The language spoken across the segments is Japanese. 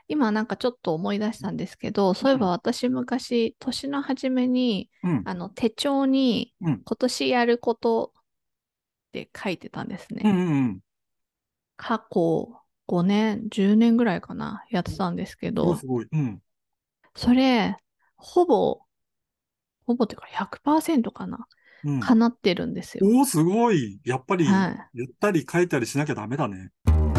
今なんかちょっと思い出したんですけど、そういえばうん、 私昔、年の初めに、 うん、 手帳にうん、 今年やることって書いてたんですうん、 ね。 うん。 過去5年、10年ぐらいかな、やってたんですけど、 すごいすごい。うん、 それ、ほぼ、ほぼっていうか100%かな、 うん。 叶ってるんですよ。 おー、すごい。やっぱり、 はい。 言ったり書いたりしなきゃダメだね。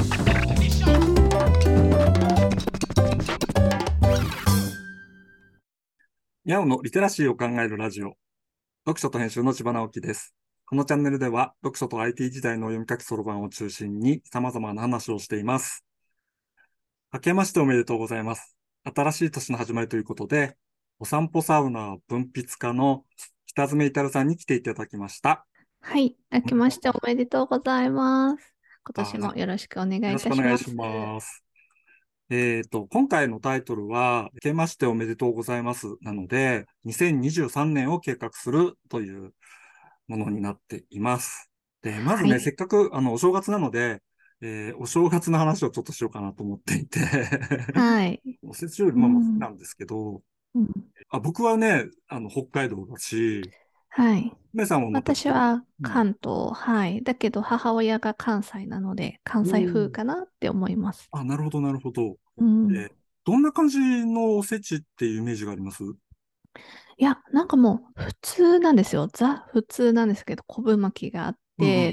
にゃおのリテラシーを考えるラジオ。読書と編集の千葉直樹です。このチャンネルでは、読書と IT 時代の読み書きそろばんを中心に様々な話をしています。明けましておめでとうございます。新しい年の始まりということで、お散歩サウナ文筆家の北爪至さんに来ていただきました。 はい。明けましておめでとうございます。今あ、よ年もよろしくお願いいろしくたします。 お願いします。今回のタイトルは、明けましておめでとうございますなので、2023年を計画するというものになっています。で、まずね、せはい。 っかく、お正月なので、お正月の話をちょっとしようかなと思っていてはい。 おせち料理、まあまあ好きうん。 なんですけど、 うん。 僕はね、北海道だし、 はい。 梅さんはまたちょっと、 私はうん。 関東、はい。だけど母親が関西なので、関お西風ー。 かなって思います。 あ、なるほど、なるほど。 うん。 えーどんな感じのおせちっていうイメージがあります？ いや、なんかもう普通なんですよ。ザ普通なんですけど、昆布巻きがあって、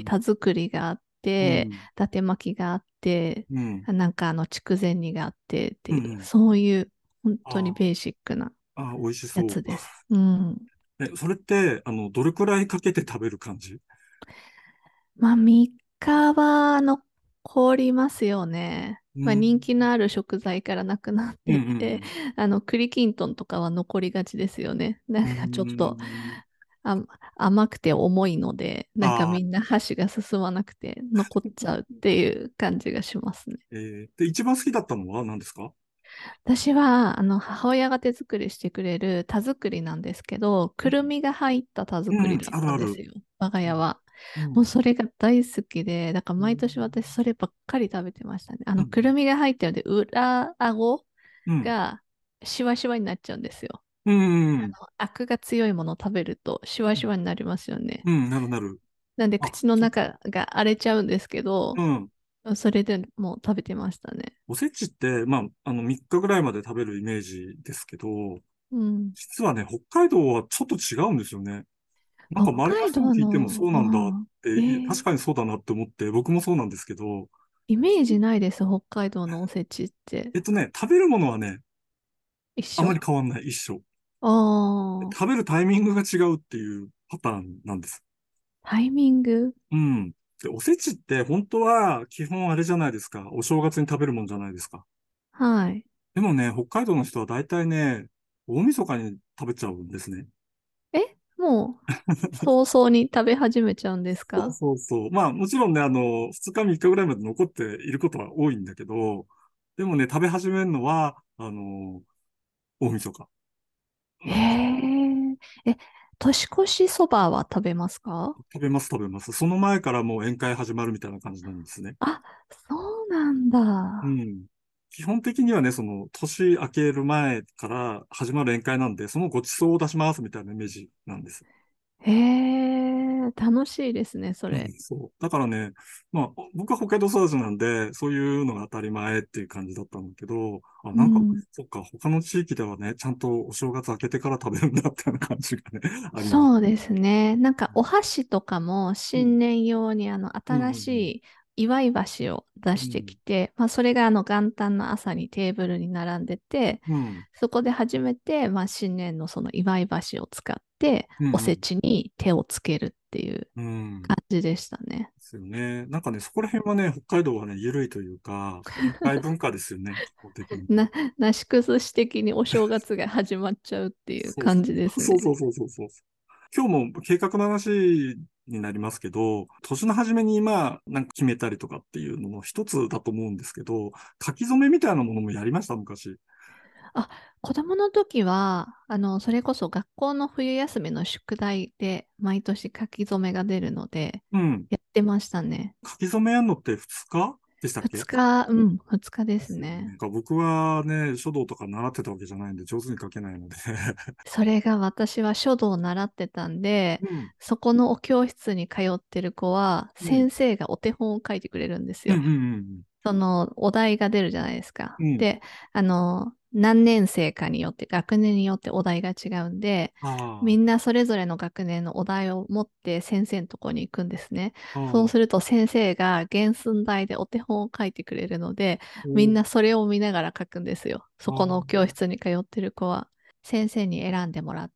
うんうん。 田作りがあって、 うん。 伊達巻きがあって、 うん。 なんか筑前煮があってっていう、 うんうん。 そういう本当にあベーシックなあ、美味しやそう。 つです。うん。 それって、どれくらいかけて食べる感じ？ まあ、3日は残りますよね。まあ、 うん。 人気のある食材からなくなっうんうてって、 ん栗きんとんとかは残りがちですよね。なうん。 んかちょっと、 ん。 あ、甘くて重いので、なんかああ、 みんな箸が進まなくて残っちゃうっていう感じがしますね。 で、一番好きだったのは何ですか？ 私は、母親が手作りしてくれる田作りなんですけど、くるみが入った田うん、うん、 作りだっあるある。 たんですよ。我が家は。 うん、 もうそれが大好きで、だからうん、 毎年私そればっかり食べてましたね。 うん、 くるみが入ってるので、裏顎うん、 がシワシワになっちゃうんですよ。 うん、 アクが強いものを食べるとシワシワになりますよね。 うん、なるなる。 なんであ、 口のそっか。 中が荒れちゃうんですけど、 うん。 それでもう食べてましたね。 おせちって、まあ、3日ぐらいまで食べるイメージですけど、 うん。 実はね、北海道はちょっと違うんですよね。なんか北周りの人に海道聞いてもの、 そうなんだっああ、 て、いや確かにそうだなって思って、僕もそうなんですけど、 イメージないです、北海道のおせちって。 食べるものはね、あまり一緒。 変わんない、一緒。 ああ、 食べるタイミングが違うっていうパターンなんです。 タイミング。 うん。で、おせちって本当は基本あれじゃないですか。お正月に食べるもんじゃないですか。 はい。 でもね、北海道の人は大体ね、大晦日に食べちゃうんですね。 もう、早々に食べ始めちゃうんですそうか？ そうそう。まあもちろんね、2日3日ぐらいまで残っていることは多いんだけど、でもね、食べ始めるのは、大晦日へなんです。 え。年越しそばは食べますか？ 食べます、食べます。その前からもう宴会始まるみたいな感じなんですね。 あ、そうなんだ。 うん。基本的にはね、その、年明ける前から始まる宴会なんで、そのご馳走を出しますみたいなイメージなんです。 へえ、楽しいですね、そうん、 れ。 そう。だからね、まあ、僕は北海道育ちなんで、そういうのが当たり前っていう感じだったんだけど、あ、なんか、 うん。 そっか、他の地域ではね、ちゃんとお正月明けてから食べるんだっていうような感じがね、あります。 そうですね。なんかお箸とかもうん、 新年用にうん、う新しん、 い祝い箸を出してきうん、 て、まあそれが元旦の朝にテーブルに並んでて、 うん、 そこで初めてまあ新年のその祝い箸を使ってうん、 おせうん、 ちに手をつけるっていううん。 感じでしたね。 ですよね。なんかね、そこら辺はね、北海道はね、緩いというか、宴会文化ですよね、基本的に。 な、なし崩し的にお正月が始まっちゃうっていうそうそ感じでう。 すね。 そうそうそうそうそう。今日も計画の話になりますけど、年の初めになんか決めたりとかっていうのも一つだと思うんですけど、書き初めみたいなものもやりました、昔。 あ、子供の時は、それこそ学校の冬休みの宿題で毎年書き初めが出るので、 うん。 やってましたね。 書き初めやるのって2日？ でしたっけ？ 二日、うん、二日でですよね。 すね。 なんか僕はね、書道とか習ってたわけじゃないんで、上手に書けないので。 それが私は書道を習ってたんで、 うん。 そこのお教室に通ってる子は、 うん。 先生がお手本を書いてくれるんですうん。 よ。 うん。 そのお題が出るじゃないですか。 うん。うん。 で、何年生かによって、学年によってお題が違うんで、みあんなそれぞれの学年のお題を持って先生のとこに行くんですね。 あ、ああ、 そうすると先生が原寸大でお手本を書いてくれるので、みんお、 なそれを見ながら書くんですよ。そこの教ああ、 室に通ってる子は。先生に選んでもらって、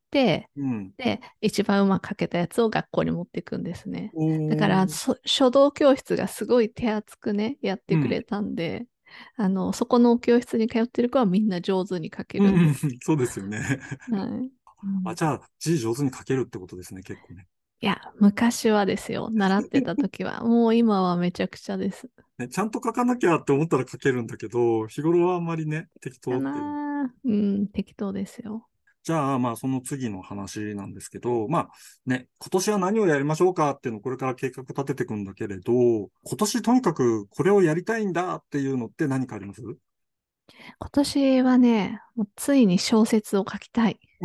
うん。 で、一番うまく書けたやつを学校に持っていくんですね。 おだから、 ー、 書道教室がすごい手厚くね、やっうん。 てくれたんで、そこの教室に通ってる子はみんな上手に書けうん。 るんです。 そうですよね。 はい。うあ、 ん、 じゃあ、字上手に書けるってことですね、結構ね。 いや、昔はですよ、習ってた時は。もう今はめちゃくちゃです。 ね、ちゃんと書かなきゃって思ったら書けるんだけど、日頃はあんまりね、適当かっていう。 なぁ。うん、適当ですよ。 じゃあ、まあ、その次の話なんですけど、まあ、ね、今年は何をやりましょうかっていうのをこれから計画立てていくんだけれど、今年とにかくこれをやりたいんだっていうのって何かあります？ 今年はね、もうついに小説を書きたい。 うん、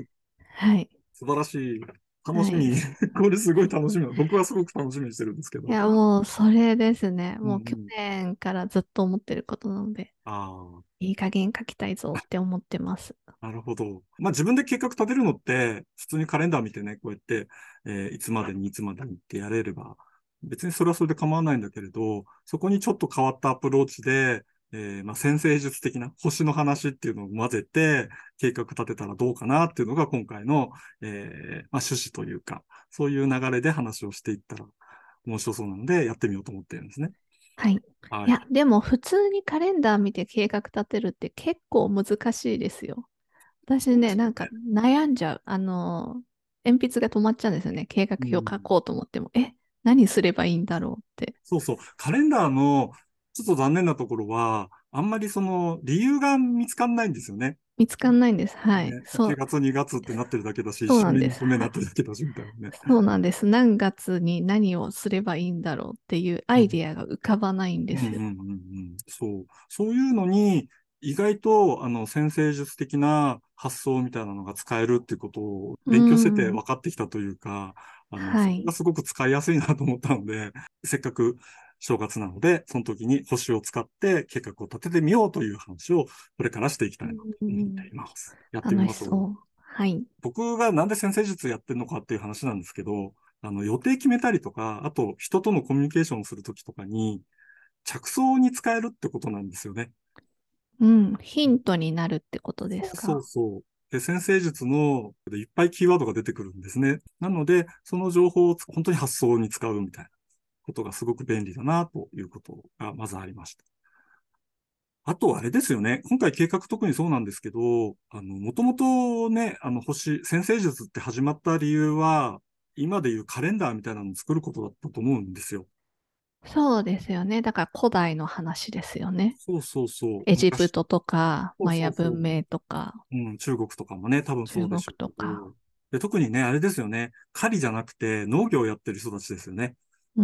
はい。 素晴らしい。楽はい。 しみ。これすごい楽しみだ。僕はすごく楽しみにしてるんですけど。 いや、もうそれですね。もう去うんうん。 年からずっと思ってることなので、 あいい加減書きたいぞって思ってます。 あ、なるほど。まあ自分で計画立てるのって、普通にカレンダー見てね、こうやって、いつまでにいつまでにってやれれば、別にそれはそれで構わないんだけれど、そこにちょっと変わったアプローチで、まあ先生術的な星の話っていうのを混ぜて計画立てたらどうかなっていうのが今回の、まあ趣旨というか、そういう流れで話をしていったら面白そうなのでやってみようと思ってるんですね。 はい。 はい。 いや、でも普通にカレンダー見て計画立てるって結構難しいですよ。私ね、 そうですよね。 なんか悩んじゃう。鉛筆が止まっちゃうんですよね。計画うん。 表書こうと思っても、何すればいいんだろうって。 そうそう。カレンダーのちょっと残念なところは、あんまりその理由が見つかんないんですよね。 見つかんないんです。はい。 ね、1月2月ってなってるだけだし、1週にそうなんです。 2個目になってるだけだし、みたいなね。 そうなんです。何月に何をすればいいんだろうっていうアうん。 イディアが浮かばないんうんうんですよ。 うんうん。そう。そういうのに、意外と、先生術的な発想みたいなのが使えるっていうことをうー勉強しててん。 分かってきたというか、それがはい。 すごく使いやすいなと思ったので、せっかく正月なので、その時に星を使って計画を立ててみようという話をこれからしていきたいなとうー思ってん。 います。やってみ楽しましょう。 そう。はい。 僕がなんで先生術やってるのかっていう話なんですけど、予定決めたりとか、あと人とのコミュニケーションをするときとかに、着想に使えるってことなんですよね。 うん。ヒントになるってことでそうそうすか？ そう。で、先生術のいっぱいキーワードが出てくるんですね。なので、その情報を本当に発想に使うみたいなことがすごく便利だなということがまずありました。あと、あれですよね。今回計画特にそうなんですけど、もともとね、先生術って始まった理由は、今でいうカレンダーみたいなのを作ることだったと思うんですよ。 そうですよね。だから古代の話ですよね。 そうそうそう。 エジプ昔。 トとか、 そうマヤそうそう。 文明とか、 うん、中国とかもね、多分そ中国うでしょうとか。 けど。で、特にね、あれですよね。狩りじゃなくて農業をやってる人たちですよね。 うん。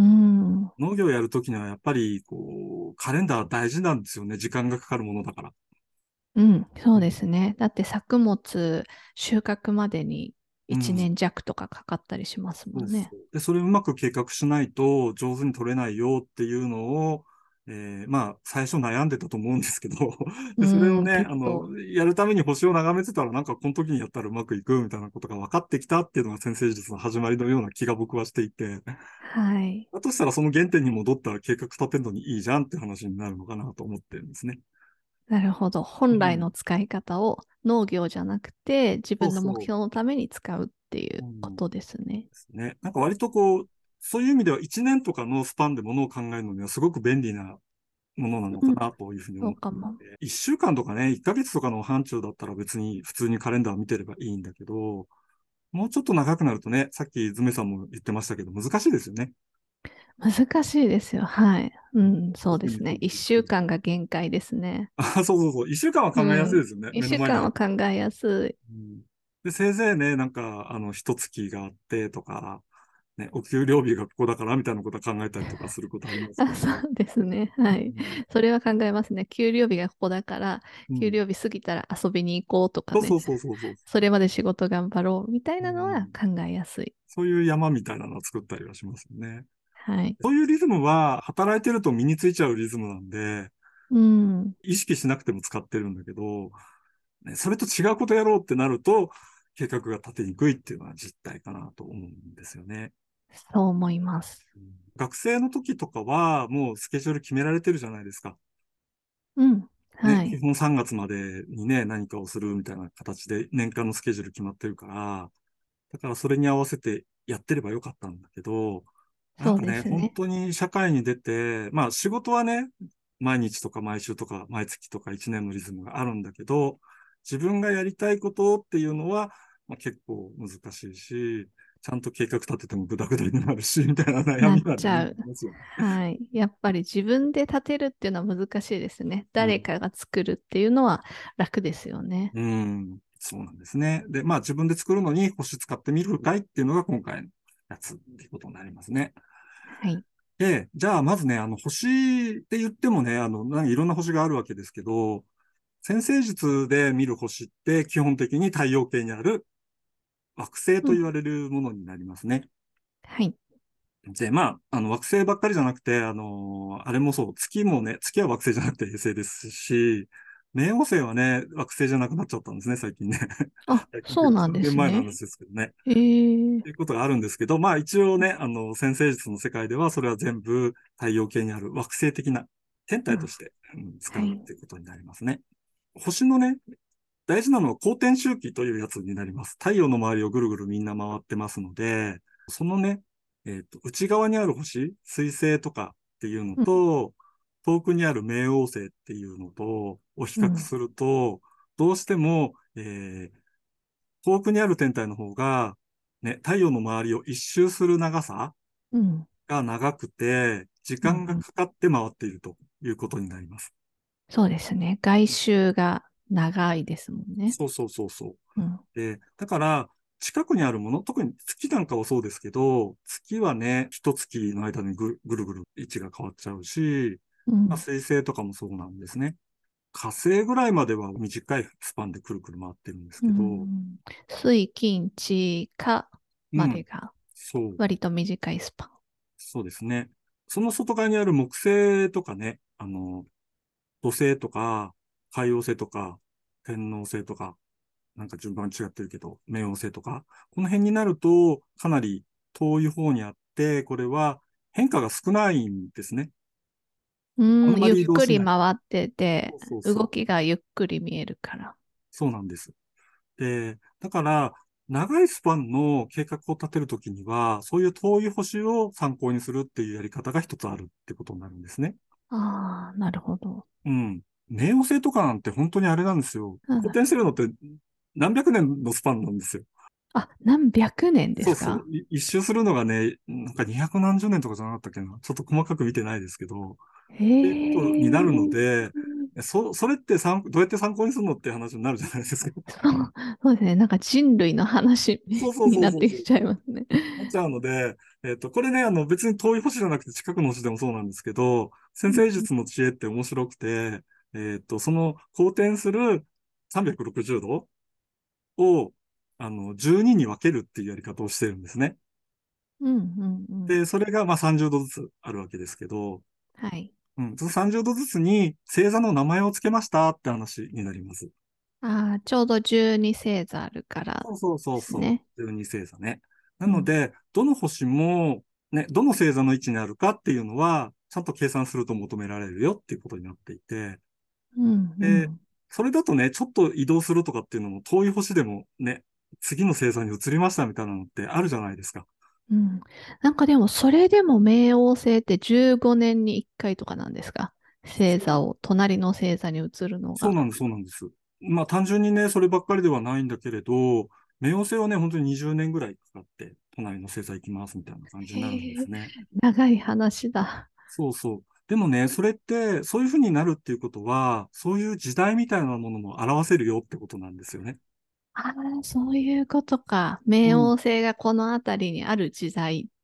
農業をやるときにはやっぱり、カレンダー大事なんですよね。時間がかかるものだから。 うん。そううん。 ですね。だって作物収穫までに1 うん。 年弱とかかかったりしますもんね。 そうそう。で、それをうまく計画しないと上手に取れないよっていうのを、まあ、最初悩んでたと思うんですけど、で、それをうん、 ね、 きっと。 やるために星を眺めてたら、なんかこの時にやったらうまくいくみたいなことが分かってきたっていうのが先生術の始まりのような気が僕はしていて、 はい。 だとしたらその原点に戻ったら計画立てるのにいいじゃんって話になるのかなと思ってるんですね。 なるほど。本来うん。 の使い方を農業じゃなくて自分の目そうそ標のために使うっていう。 ううん。でことですね。 すね。なんか割とそういう意味では1年とかのスパンでものを考えるのにはすごく便利なものなのかうん、 なというふうに思っていそうかも。 て、1週間とかね、1ヶ月とかの範疇だったら別に普通にカレンダーを見てればいいんだけど、もうちょっと長くなるとね、さっきズメさんも言ってましたけど、難しいですよね。 難しいですよ。はい。うん、そうですね。 特に特一週間が限界ですね。 あ、そうそうそう。1週間は考えやすいうん。 ですよね。 一週目の前にある。 間は考えやすい。 うん。で、せいぜいね、なんか、一月があってとか、 ね、お給料日がここだからみたいなことは考えたりとかすることありますけあ、 ど。 そうですね。はい。 うん、 それは考えますね。給料日がここだから、 うん、 給料日過ぎたら遊びに行こうとかね。 そうそうそうそうそう。 それまで仕事頑張ろうみたいうなのはん、 考えやすい。 そういう山みたいなのを作ったりはしますよね。 はい。 そういうリズムは働いてると身についちゃうリズムなんで、 うん。 意識しなくても使ってるんだけど、ね、それと違うことやろうってなると、計画が立てにくいっていうのは実態かなと思うんですよね。 そう思います。 学生の時とかはもうスケジュール決められてるじゃないですか。 うん。 ね、 はい。 基本3月までにね、何かをするみたいな形で年間のスケジュール決まってるから、だからそれに合わせてやってればよかったんだけど、なんそうかね、本ですね。 当に社会に出て、まあ仕事はね、毎日とか毎週とか毎月とか1年のリズムがあるんだけど、自分がやりたいことっていうのは、まあ、結構難しいし、ちゃんと計画立ててもグダグダになるし、みたいな悩なっみはね、ありちゃう。 ますよね。 はい。やっぱり自分で立てるっていうのは難しいですね。 うん。 誰かが作るっていうのは楽ですよね。 うん。そうなんですね。で、まあ自分で作るのに星使ってみるかいっていうのが今回のやつっていうことになりますね。 はい。 で、じゃあまずね、星って言ってもね、なんかいろんな星があるわけですけど、占星術で見る星って基本的に太陽系にある惑星うん。 と言われるものになりますね。 はい。 で、まあ、惑星ばっかりじゃなくて、あれもそう、月もね、月は惑星じゃなくて衛星ですし、冥王星はね、惑星じゃなくなっちゃったんですね、最近ね。 あ、 最近というか3 そうなんですね。 年前の話ですけどね。 ええ、 ということがあるんですけど、まあ一応ね、占星術の世界ではそれは全部太陽系にある惑星的な天うん。 体として、使はい。 うっていうことになりますね。星のね、大事なのは公転周期というやつになります。太陽の周りをぐるぐるみんな回ってますので、そのね、内側にある星、水星とかっていうのうん。 と、遠くにある冥王星っていうのと、を比うん。 較すると、どうしても、遠くにある天体の方が、ね、太陽の周りを一周する長さうん。 が長くて、時うん。うん。 間がかかって回っているということになります。 そうですね。外周が長いですもんね。 そうそうそうそう。 うん。 で、だから、近くにあるもの、特に月なんかはそうですけど、月はね、一月の間にぐるぐる位置が変わっちゃうし、まあ、 うん。 水星とかもそうなんですね。火星ぐらいまでは短いスパンでくるくる回ってるんですうけど、 ん。水、金、地、火うん、 までがそう、 割と短いスパン。 そうですね。その外側にある木星とかね、土星とか、海王星とか、天王星とか、なんか順番違ってるけど、冥王星とか、この辺になると、かなり遠い方にあって、これは変化が少ないんですね。あうん。ゆっんまり移動くりしない。 回ってて、 そうそうそう。 動きがゆっくり見えるから。 そうなんです。で、だから、長いスパンの計画を立てるときには、そういう遠い星を参考にするっていうやり方が一つあるってことになるんですね。 ああ、なるほど。 うん。冥王星とかなんて本当にあれなんですよ。公うん。 転してるのって何百年のスパンなんですよ。 あ、何百年でそうそう。 すか？ 一周するのがね、なんか200何十年とかじゃなかったっけな。ちょっと細かく見てないですけど、 へっていうことになるのえ。 で、それってどうやって参考にするのって話になるじゃないですか。 そう、そうですね。なんか人類の話そうそうにそうそうそう。 なってきちゃいますね。 なっちゃうので、これね、別に遠い星じゃなくて近くの星でもそうなんですけど、占星術の知恵って面白くて、その公転する360度を、12に分けるっていうやり方をしてるんですね。 うんうんうん。 で、それがまあ30度ずつあるわけですけど、 はい。 うん、その30度ずつに星座の名前を付けましたって話になります。 ああ、ちょうど12星座あるからそうそうでそうそう。 すね。 12星座ね。なうん。 ので、どの星も、ね、どの星座の位置にあるかっていうのは、ちゃんと計算すると求められるよっていうことになっていて、 うんうで、 ん。 それだとね、ちょっと移動するとかっていうのも遠い星でもね、次の星座に移りましたみたいなのってあるじゃないですか。 うん。なんかでも、それでも冥王星って15年に1回とかなんですか？星そう、 座を、隣の星座に移るのが。 そうなんです、そうなんです。まあ単純にね、そればっかりではないんだけれど、冥王星はね、本当に20年ぐらいかかって、隣の星座行きますみたいな感じになるんでへえ、 すね。 長い話だ。 そうそう。でもね、それって、そういうふうになるっていうことは、そういう時代みたいなものも表せるよってことなんですよね。 ああ、そういうことか。冥王うん。 星がこの辺りにある時代っ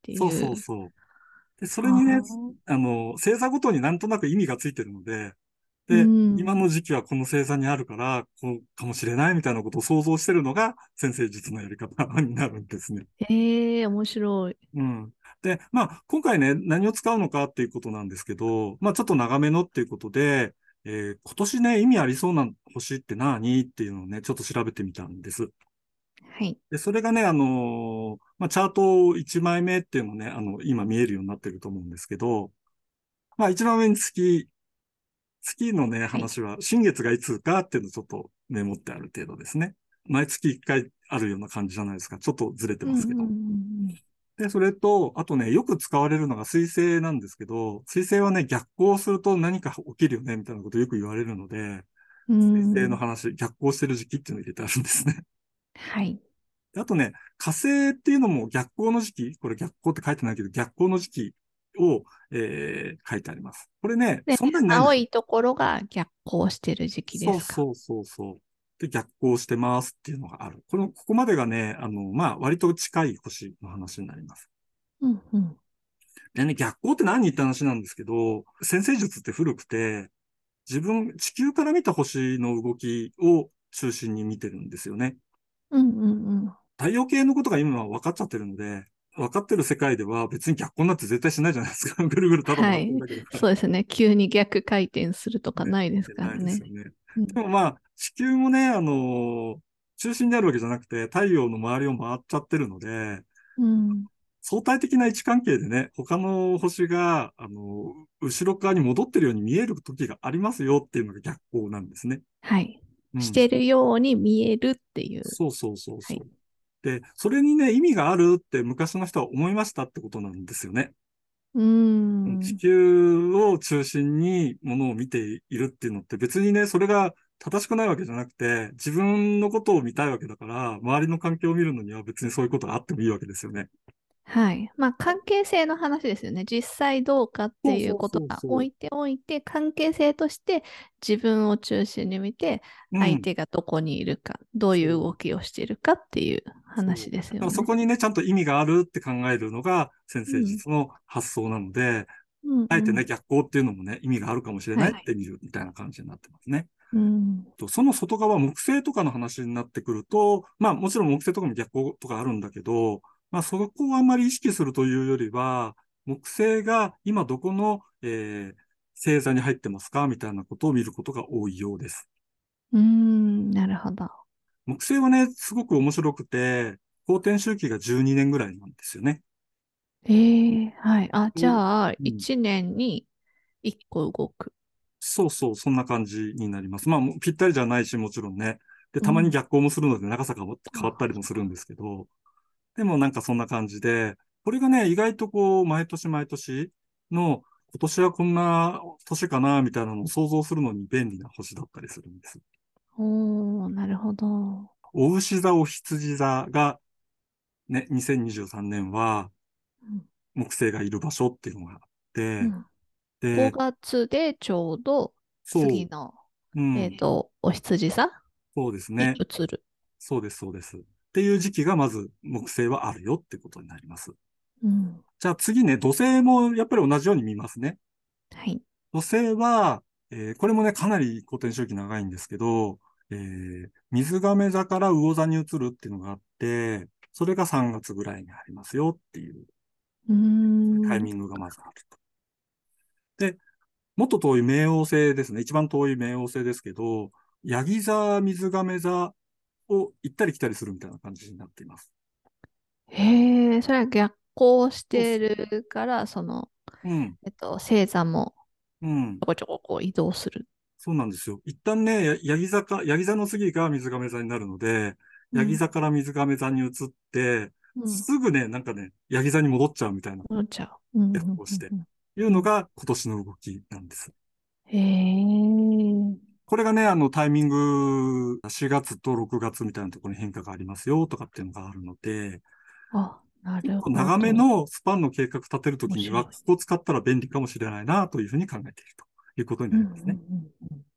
ってそうそいう。 うそう。で、それにね、 ああ、 星座ごとになんとなく意味がついてるので、 うで、今ん。 の時期はこの星座にあるから、こうかもしれないみたいなことを想像してるのが先生術のやり方になるんですね。 ええ、面白い。 うん。で、まあ、今回ね、何を使うのかっていうことなんですけど、まあ、ちょっと長めのっていうことで、今年ね、意味ありそうな星って何っていうのをね、ちょっと調べてみたんです。 はい。 で、それがね、まあ、チャート1枚目っていうのね、今見えるようになってると思うんですけど、まあ、一番上に月のね、 はい。 話は、新月がいつかっていうのをちょっとメモってある程度ですね。毎月1回あるような感じじゃないですか。ちょっとずれてうんうんうますけど。 んで、それと、あとね、よく使われるのが水星なんですけど、水星はね、逆行すると何か起きるよね、みたいなことをよく言われるので、 うん。 水星うん。 の話、逆行してる時期っていうのを入れてあるんですね。 はい。 であとね、火星っていうのも逆行の時期、これ逆行って書いてないけど、逆行の時期を、書いてあります。これね、 で、 そんなにないんですよ。 青いところが逆行してる時期ですか？ そうそうそうそう。で、逆行してますっていうのがある。ここまでがね、まあ、割と近い星の話になります。 うんうん。 でね、逆光って何って話なんですけど、占星術って古くて、地球から見た星の動きを中心に見てるんですよね。 うんうんうん。 太陽系のことが今は分かっちゃってるので、分かってる世界では別に逆光なんて絶対しないじゃないですか。ぐるぐるただ回ってるはい。 だけだから。 そうですね。急に逆回転するとかね、 ないですないですからね。 よね。 うん。 でもまあ、地球もね、中心にあるわけじゃなくて、太陽の周りを回っちゃってるので、 うん。 相対的な位置関係でね、他の星が、後ろ側に戻ってるように見える時がありますよっていうのが逆光なんですね。 はい。 うん。 してるように見えるっていう。 そうそうそうはい。 そう。で、それにね、意味があるって昔の人は思いましたってことなんですよね。 うー地ん。 球を中心にものを見ているっていうのって別にね、それが正しくないわけじゃなくて、自分のことを見たいわけだから、周りの環境を見るのには別にそういうことがあってもいいわけですよね。 はい。まあ、関係性の話ですよね。実際どうかっていうそうそうことは置そうそう。 いておいて、関係性として自分を中心に見て、 うん。 相手がどこにいるか、どういうそう。 動きをしているかっていう話そう。 ですだからそよね。 こにね、ちゃんと意味があるって考えるのが先うん。 生術の発想なので、 うんあえてね、 うん。 逆光っていうのもね、意味があるかもしれはい。 ないって見るみたいな感じになってますね。 うん。 その外側、木星とかの話になってくると、まあもちろん木星とかも逆光とかあるんだけど、まあそこをあんまり意識するというよりは、木星が今どこの、星座に入ってますかみたいなことを見ることが多いようです。 うーん。なるほど。 木星はね、すごく面白くて、公転周期が12年ぐらいなんですよね。 はい。あ、じおゃあ、 うん、 1年に1個動く。 そうそう、そんな感じになります。まあ、もうぴったりじゃないし、もちろんね。で、たまにうん。 逆行もするので長さが変わったあ、 りもするんですけど、でもなんかそんな感じで、これがね、意外とこう、毎年毎年の、今年はこんな年かな、みたいなのを想像するのに便利な星だったりするんです。 おー、なるほど。 お牛座、お羊座がね、2023年はうん木星がいる場所っていうのがあって、 うん。 で、 5月でちょうどそ次の、 う、うん、 お羊座そうですにね。 移る。 そうです、そうです。っていう時期がまず木星はあるよってことになります。 うん。 じゃあ次ね、土星もやっぱり同じように見ますね。 はい。 土星は、これもね、かなり公転周期長いんですけど、水亀座から魚座に移るっていうのがあって、それが3月ぐらいにありますよっていううーん。 タイミングがまずあると。で、もっと遠い冥王星ですね。一番遠い冥王星ですけど、ヤギ座、水亀座を行ったり来たりするみたいな感じになっています。 へえ、それは逆行してそうそう。 るから、 うん。 星座もうん。 ちょこちょここう移動する。 そうなんですよ。一旦ね、ヤギ座の次が水亀座になるので、ヤギうん。 座から水亀座に移って、 うん。 すぐね、なんかね、ヤギ座に戻っちゃうみたいな戻っちゃう。うん。うん。 逆行して、 うん。 いううん。 のが今年の動きなんです。 へえ。 これがね、タイミング、4月と6月みたいなところに変化がありますよとかっていうのがあるので、 あ、なる結構長めほど。 のスパンの計画立てるときには、 面白い。 ここを使ったら便利かもしれないなというふうに考えているということにうん。うん。 なりますね。 うん。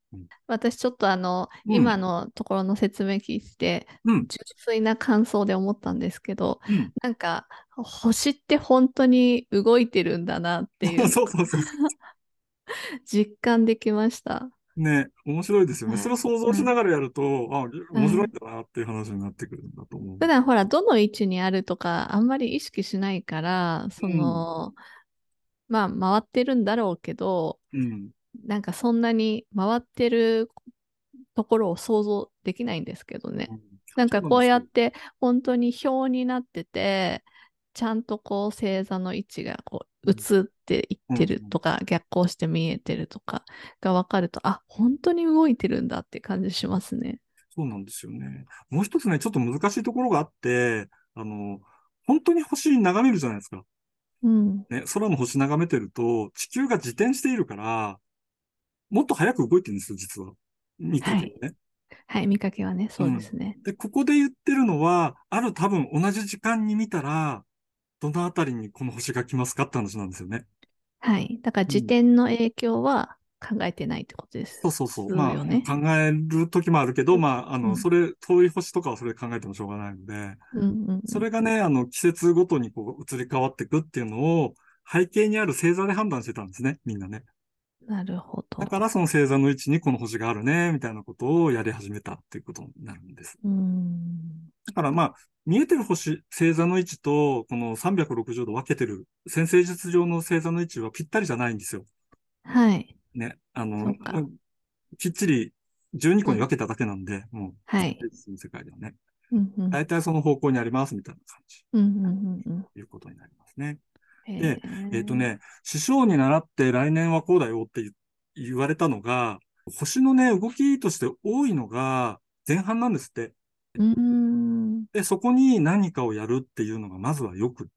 うん。 私ちょっとうん。 今のところの説明聞いて、 うん。 純粋な感想で思ったんですけど、 うん。 なんか、星って本当に動いてるんだなっていうのがそうそうそう。 実感できました。 ね、面白いですよね。それをはい。 想像しはい。 ながらやると、あ、面白いんはい。 だなっていう話になってくるんだと思う。 普段ほら、どの位置にあるとか、あんまり意識しないから、 うん。 まあ、回ってるんだろうけど、 うん。 なんかそんなに回ってるところを想像できないんですけどね。 うん。 なんかこうそうなんですよ。 やって本当に表になってて、ちゃんとこう星座の位置がこううん。 映っていっうん。うてるん。 とか逆行して見えてるとかがわかると、あ、本当に動いてるんだって感じしますね。 そうなんですよね。もう一つね、ちょっと難しいところがあって、本当に星眺めるじゃないですか。 うん。 ね、空の星眺めてると、地球が自転しているから、もっと早く動いてるんですよ、実は。見かはい。 けね。 はい。見かけはね、そうでうん。 すね。 で、ここで言ってるのは、ある多分同じ時間に見たら、どのあたりにこの星が来ますかって話なんですよね。 はい。だからうん。 自転の影響は考えてないってことですそうそうそう。まあ、 よね。 考える時もあるけど、まあ、 うん。 遠い星とかはそれ考えてもしょうがないので、 うんうんうん。 それがね、季節ごとにこう移り変わっていくっていうのを背景にある星座で判断してたんですね、みんなね。 なるほど。 だからその星座の位置にこの星があるね、みたいなことをやり始めたっていうことになるんです。 うーん。 だからまあ、見えてる星座の位置と、この360度分けてる占星術上の星座の位置はぴったりじゃないんですよ。 はい。 ね。 そうか。 きっちり12個うん。 に分けただけなんで、もう、 はい。 占星術の世界ではね。 うんうん。 大体その方向にありますみたいな感じ。 うんうんうんうん。 ということになりますね。 へで、 え。 師匠に習って来年はこうだよって言われたのが、星のね、動きとして多いのが前半なんですって。 うーん。 で、そこに何かをやるっていうのがまずはよくって、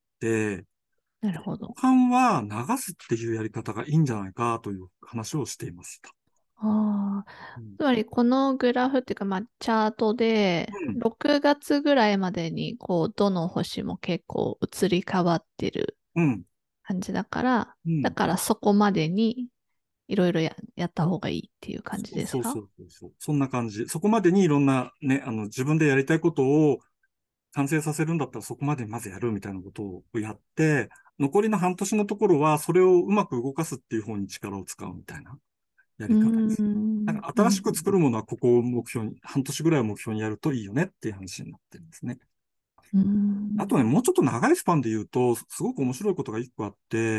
後なるほど。 半は流すっていうやり方がいいんじゃないかという話をしていました。 ああ。 うん。 つまり、このグラフっていうか、まあ、チャートで、 うん。 6月ぐらいまでに、こう、どの星も結構移り変わってるうん。 感じだから、 うん。 だからそこまでにいろいろやった方がいいっていう感じそうそうそですか？ うそうそう。そんな感じ。そこまでにいろんなね、自分でやりたいことを完成させるんだったらそこまでまずやるみたいなことをやって、残りの半年のところはそれをうまく動かすっていう方に力を使うみたいなやうーり方です。なんん。 か新しくうん。 作るものはここを目標に、半年ぐらいを目標にやるといいよねっていう話になってるんですね。 うーん。 あとね、もうちょっと長いスパンで言うと、すごく面白いことが一個あって、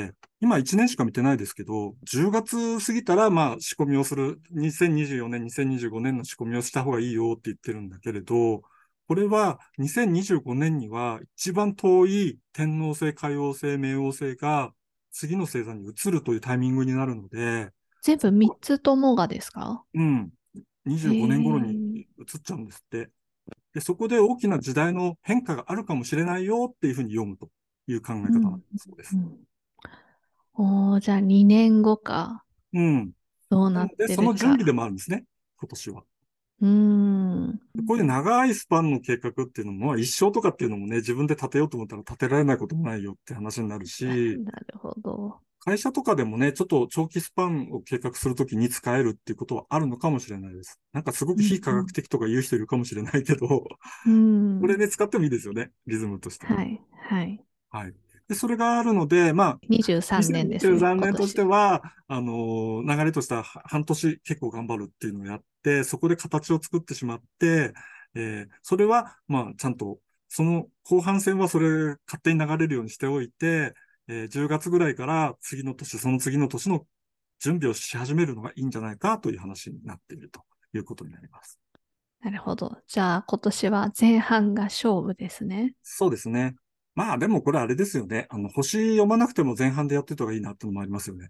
今1年しか見てないですけど、10月過ぎたら、まあ、仕込みをする、2024年、2025年の仕込みをした方がいいよって言ってるんだけれど、これは2025年には一番遠い天王星、海王星、冥王星が次の星座に移るというタイミングになるので、 全部3つともがですか？ うん、 へ 25年頃にえ。 移っちゃうんですって。で、そこで大きな時代の変化があるかもしれないよっていうふうに読むという考え方なんだうん。 そうです。 うん。おー、じゃあ2年後か。 うん。 どうなっなので、そてるか。 の準備でもあるんですね。今年は。 うーん。 こういう長いスパンの計画っていうのも、一生とかっていうのもね、自分で立てようと思ったら立てられないこともないよって話になるし、 なるほど。 会社とかでもね、ちょっと長期スパンを計画するときに使えるっていうことはあるのかもしれないです。なんかすごく非科学うん。 的とか言う人いるかもしれないけど、 うん。うん。 これね、使ってもいいですよね。リズムとしてね。 はい。はい。 はい。で、それがあるので、まあ、 23年です 2023 ね、今年として年。 は、流れとしては半年結構頑張るっていうのをやって、そこで形を作ってしまって、それは、まあ、ちゃんと、その後半戦はそれ勝手に流れるようにしておいて、10月ぐらいから次の年、その次の年の準備をし始めるのがいいんじゃないかという話になっているということになります。 なるほど。じゃあ今年は前半が勝負ですね。 そうですね。まあでもこれあれですよね。星読まなくても前半でやってた方がいいなっていうのもありますよね。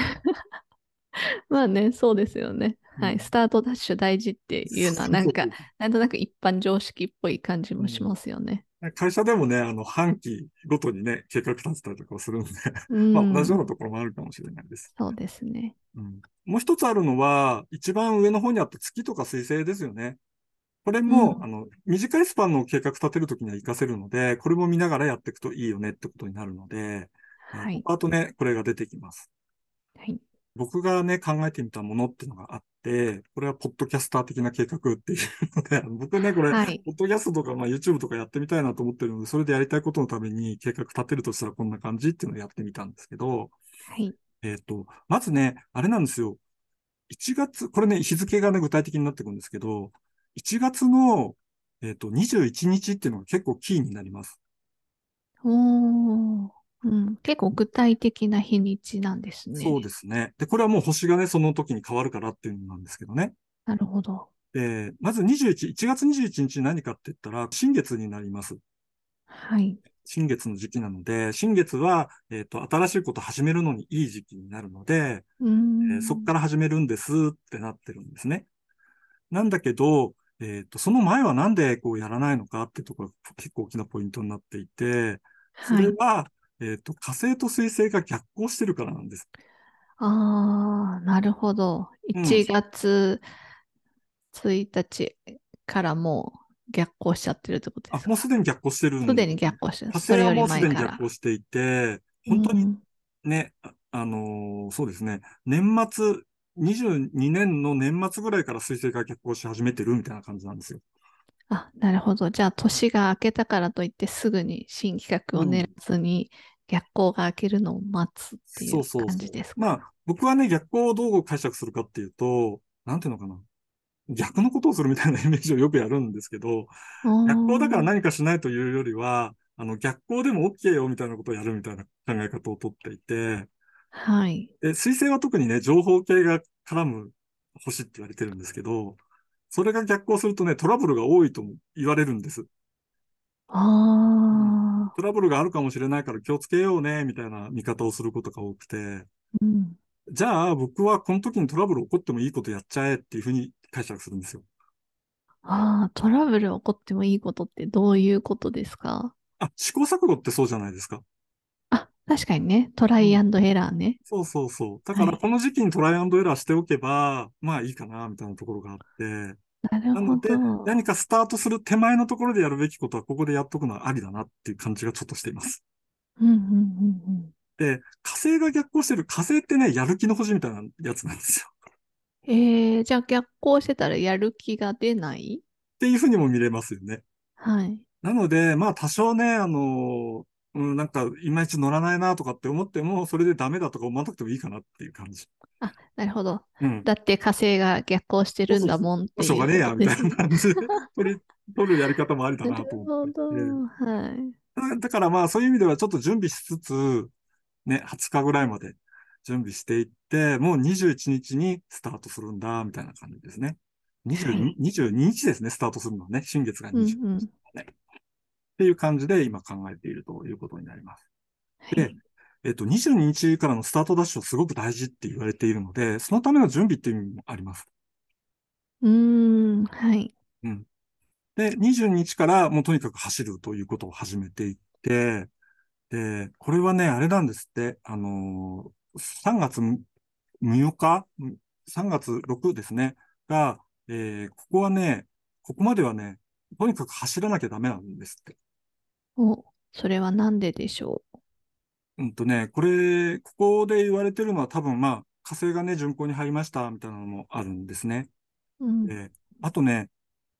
まあね、そうですよね。はい。 うん。 スタートダッシュ大事っていうのはなんか、 そうそうそう。 なんとなく一般常識っぽい感じもしうん。 ますよね。 会社でもね、半期ごとにね、計画立てたりとかするんでうまあ同じようん。 なところもあるかもしれないです。 そうですね。 うん。もう一つあるのは、一番上の方にあった月とか水星ですよね。これも、 うん。 短いスパンの計画立てるときには活かせるので、これも見ながらやっていくといいよねってことになるので、 はい。 あとね、これが出てきます。 はい。 僕がね、考えてみたものっていうのがあって、これはポッドキャスター的な計画っていうので、僕ね、これ、 はい。 ポッドキャストとか、まあ、YouTube とかやってみたいなと思ってるので、それでやりたいことのために計画立てるとしたらこんな感じっていうのをやってみたんですけど、 はい。 まずね、あれなんですよ。1月、これね、日付がね、具体的になってくるんですけど、1月の、21日っていうのが結構キーになります。 おー。うん。結構具体的な日にちなんですそうね。 ですね。で、これはもう星がね、その時に変わるからっていうのなんですけどね。 なるほど。 まず21、1月21日何かって言ったら、新月になります。 はい。 新月の時期なので、新月は、新しいことを始めるのにいい時期になるので、 うーそこん。 から始めるんですってなってるんですね。なんだけど、その前はなんでこうやらないのかっていうところが結構大きなポイントになっていて、そはい。 れは、火星と水星が逆行してるからなんです。 ああ、なるほど。 うん。 1月1日からもう逆行しちゃってるってことであ、もうすすか？ でに逆行してるん、 すでに逆行してる。 火星はそれよりもうすでに逆前から。 行していて、 う本当にん。 ね、そうですね、年末、22年の年末ぐらいから水星が逆行し始めてるみたいな感じなんですよ。 あ、なるほど。じゃあ、年が明けたからといってすぐに新企画を練らうん。 ずに逆行が明けるのを待つっていそうう感そうそう。 じですか？ まあ、僕はね、逆行をどう解釈するかっていうと、なんていうのかな。逆のことをするみたいなイメージをよくやるんですけど、 うー逆行だからん。 何かしないというよりは、逆行でも OK よみたいなことをやるみたいな考え方をとっていて、 はい。 で、水星は特にね、情報系が絡む星って言われてるんですけど、それが逆行するとね、トラブルが多いとも言われるんです。うん、 ああ。 トラブルがあるかもしれないから気をつけようね、みたいな見方をすることが多くて、 うん。 じゃあ僕はこの時にトラブル起こってもいいことやっちゃえっていうふうに解釈するんですよ。 ああ、トラブル起こってもいいことってどういうことですか？ あ、試行錯誤ってそうじゃないですか。 あ、確かにね。トラうん。 イアンドエラーね。 そうそうそう。だからこはい。 の時期にトライアンドエラーしておけば、まあいいかな、みたいなところがあって、 なるほなので、何ど。 かスタートする手前のところでやるべきことはここでやっとくのはありだなっていう感じがちょっとしています。 うん、うん、うん、うん。 で、火星が逆行してる、火星ってね、やる気の星みたいなやつなんですよ。 じゃあ逆行してたらやる気が出ない？ っていうふうにも見れますよね。 はい。 なので、まあ多少ね、なんかいまいち乗らないなとかって思っても、それでダメだとか思わなくてもいいかなっていう感じ。 あ、なるほど。 うん。 だって火星が逆行してるんそうそうそう。 だもんってしょういうこがねえや、みたいとですね。 な感じで取るやり方もありだなるなと思ってほいて。 ど。はい。 だからまあそういう意味ではちょっと準備しつつ、ね、20日ぐらいまで準備していって、もう21日にちにスタートするんだ、みたいな感じですね。22、 はい。 22日ですね、スタートするのはね。新月がうん 20 うん。 日、ね。っていう感じで今考えているということになります。で、 はい。 22日からのスタートダッシュはすごく大事って言われているので、そのための準備っていう意味もあります。 うーん。はい。 うん。で、22日からもうとにかく走るということを始めていって、で、これはね、あれなんですって、3月6日、3月6ですね、が、ここはね、ここまではね、とにかく走らなきゃダメなんですって。 お、それはなんででしょここで言われてるのは多分まあ、火星がね、巡航に入りましたみたいなのもあるんですね。 う？うん。 で、あとね、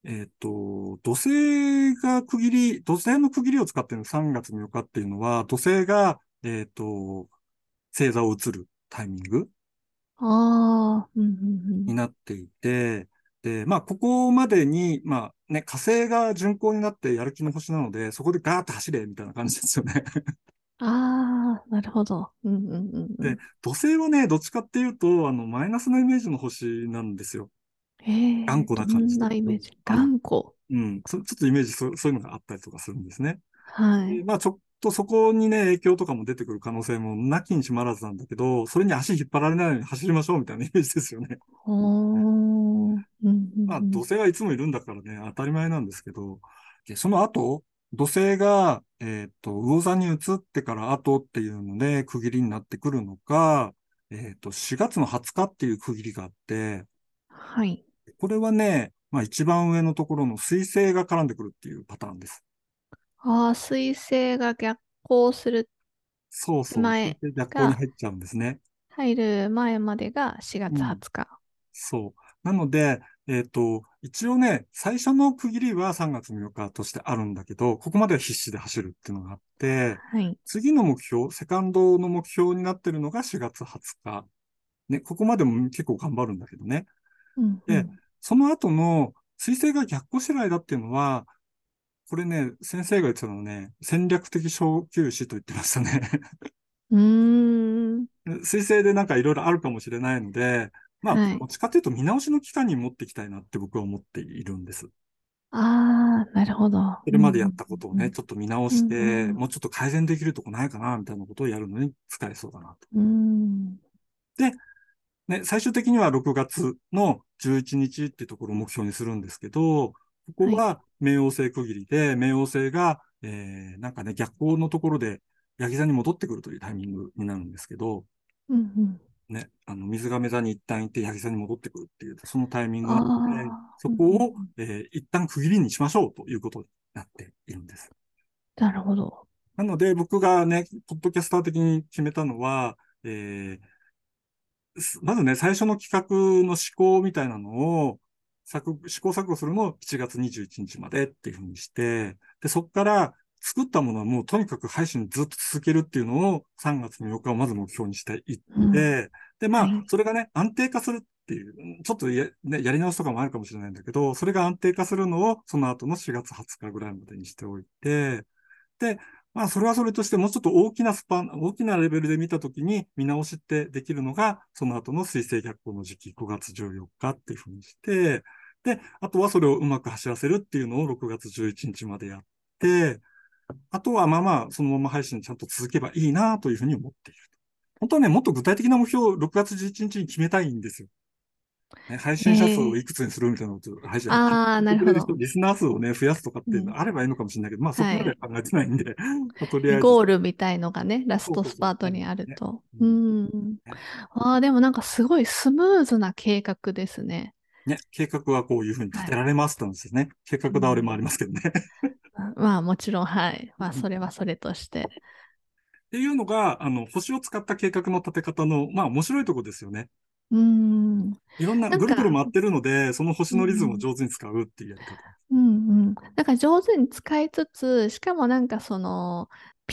土星の区切りを使っている3月6日っていうのは、土星が、星座を移るタイミングああ、うん、うん、うん。 になっていて、で、まあ、ここまでに、まあ、ね、火星が巡航になってやる気の星なので、そこでガーッと走れ、みたいな感じですよね。 ああ、なるほど。うん、うん、うん、うで、 ん。 土星はね、どっちかっていうと、マイナスのイメージの星なんですよ。頑固な感じどんなとか、 イメージ？ ある。 頑固。 うん。ちょっとイメージそういうのがあったりとかするんですね。 はい。 でまあ、ちょっとそこにね、影響とかも出てくる可能性もなきにしもあらずなんだけど、それに足引っ張られないように走りましょうみたいなイメージですよね。 おー、うん、うまあ、 ん、 土星はいつもいるんだからね、当たり前なんですけど、でその後、土星が、魚座に移ってから後っていうので区切りになってくるのか、4月の20日っていう区切りがあって、 はい。 これはね、まあ一番上のところの水星が絡んでくるっていうパターンです。 ああ、水星が逆行するそうそう。水前星逆行にが、 入っちゃうんですね。 入る前までが4月うん。 20日。 そう。 なので、一応ね、最初の区切りは3月6日としてあるんだけど、ここまでは必死で走るっていうのがあって、 はい。 次の目標、セカンドの目標になってるのが4月20日。ね、ここまでも結構頑張るんだけどね。で、 うんうん。 その後の彗星が逆行してる間っていうのは、これね、先生が言ってたのはね、戦略的小休止と言ってましたね。 うーん。 彗星でなんかいろいろあるかもしれないので、まあ、 はい。 どっちかというと見直しの期間に持っていきたいなって僕は思っているんです。 ああ、なるほど。 それまでやっうんたことをね、 うんちょっと見直うん。うして、 んうんもうちょっと改善できるとこないかな、みたいなことをやるのに使えそうだなと。 うん。 で、ね、最終的には6月の11日っていうところを目標にするんですけど、ここはい。 は冥王星区切りで、冥王星が、なんかね、逆行のところで、ヤギ座に戻ってくるというタイミングになるんですけど、 うんうん。 ね、水亀座に一旦行ってヤギ座に戻ってくるっていう、そのタイミングなので、 ああ、うんうんうそこを、 ん。 一旦区切りにしましょうということになっているんです。 なるほど。 なので、僕がね、ポッドキャスター的に決めたのは、えまずね、最初の企画の思考みたいなのを、試行錯誤するのを7月21日までっていうふうにして、で、そこから作ったものはもうとにかく配信ずっと続けるっていうのを3月の8日をまず目標にしていっうん。 て、で、まあ、 はい。 それがね、安定化するっていう、ちょっとね、やり直しとかもあるかもしれないんだけど、それが安定化するのをその後の4月20日ぐらいまでにしておいて、で、まあ、それはそれとして、もうちょっと大きな大きなレベルで見たときに見直しってできるのが、その後の水星逆行の時期、5月14日っていうふうにして、で、あとはそれをうまく走らせるっていうのを6月11日までやって、あとはまあまあ、そのまま配信ちゃんと続けばいいなというふうに思っている。本当はね、もっと具体的な目標を6月11日に決めたいんですよ。ね、配信者数をいええくつにするみたいなこと、 ああ、 聞いてくれる人、 なるほど。 リスナー数をね、増やすとかっていううん。 のあればいいのかもしれないけど、まあそこまではい。 は考えてないんで、まあ、とりあえず、 ゴールみたいのがね、ラストスそうそうそう、あるパートにあるね。 と。ううん。 ん。 ね、 ああ、でもなんかすごいスムーズな計画ですね。 ね、計画はこういうふうに立はい。 てられますって話ですね。計画倒れもあうん。 りますけどね。 まあもちろん、はい。まあうんっそれはそれとして。 ていうのが、星を使った計画の立て方の、まあ面白いところですよね。 うん。 いろんなぐるぐるなんか、 回ってるので、その星のリズムをうん、 上手に使うっていうやり方。 うんうん。なんか上手に使いつつ、しかもなんかその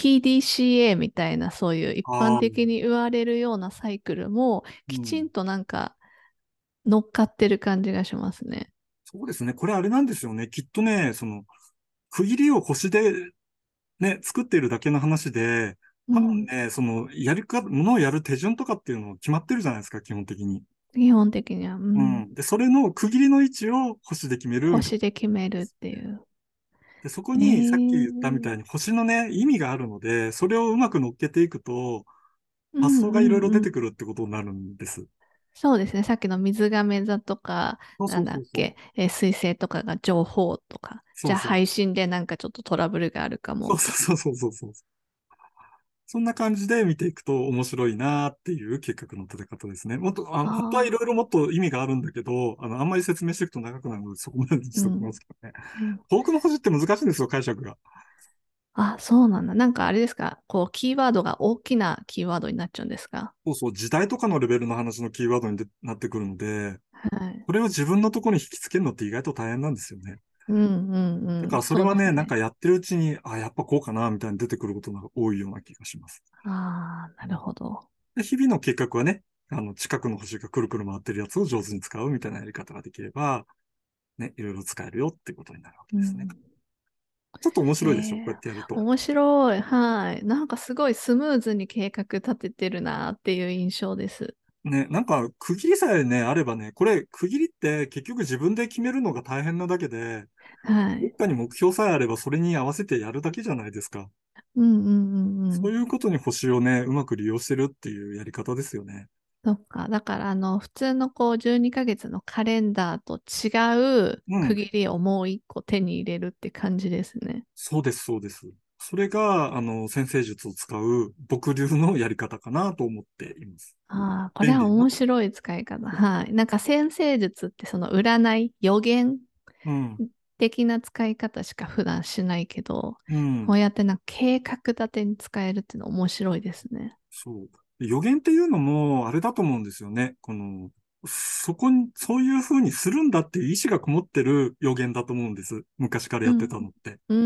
PDCA みたいなそういう一般ああ、 的に言われるようなサイクルもうん。 きちんとなんか乗っかってる感じがしますね。 そうですね。これあれなんですよね。きっとね、区切りを星でね、作っているだけの話で、多分うん。 ね、ものをやる手順とかっていうの決まってるじゃないですか、基本的に。 基本的には。うん。 うん。で、それの区切りの位置を星で決めるみたいな。 星で決めるっていう。 で、そこえにさっき言ったみたいー、 に星のね、意味があるので、それをうまく乗っけていくと、発想うんがいろいろ出うんうん。 てくるってことになるんです。 そうですね。さっきの水亀座とか、 そうなんそうそうそう。 だっけ、水星とかが情報とか、じゃあそうそう。 配信でなんかちょっとトラブルがあるかも。 そうそうそうそうそう。そんな感じで見ていくと面白いなっていう計画の立て方ですね。もっと、本当はいろいろああ、 もっと意味があるんだけど、あんまり説明していくと長くなるので、そこまでにしときまうん。 すけどね。 うん。 遠くの星って難しいんですよ、解釈が。 あ、そうなんだ。なんかあれですか、こう、キーワードが大きなキーワードになっちゃうんですか？ そうそう、時代とかのレベルの話のキーワードになってくるので、 はい。 これを自分のところに引きつけるのって意外と大変なんですよね。 うんうんだかうん。そうらそれはね、なんですね。 かやってるうちに、やっぱこうかな、みたいに出てくることが多いような気がします。 ああ、なるほど。 で、日々の計画はね、近くの星がくるくる回ってるやつを上手に使うみたいなやり方ができれば、ね、いろいろ使えるよってことになるわけですね。 うん。 ちょっと面白いでしょ、こうえやってやると。 面白い。はい。なんかすごいスムーズに計画立ててるなっていう印象です。 ね、なんか区切りさえね、あればね、これ区切りって結局自分で決めるのが大変なだけで、 はい。 どっかに目標さえあればそれに合わせてやるだけじゃないですか。 うんうんうんうん。 そういうことに星をね、うまく利用してるっていうやり方ですよね。 そっか。だから普通のこう12ヶ月のカレンダーと違ううん。 区切りをもう一個手に入れるって感じですね。 そうです、そうです。それが、先生術を使う僕流のやり方かなと思っています。 ああ、これは便利になって。 面白い使い方。はい。なんか先生術ってその占い、予言うん。 的な使い方しか普段しないけど、 うん。 こうやってなんか計画立てに使えるっていうの面白いですね。 そう。予言っていうのも、あれだと思うんですよね。 そこに、そういう風にするんだっていう意志がこもってる予言だと思うんです。昔からやってうん。 たのって。 うん。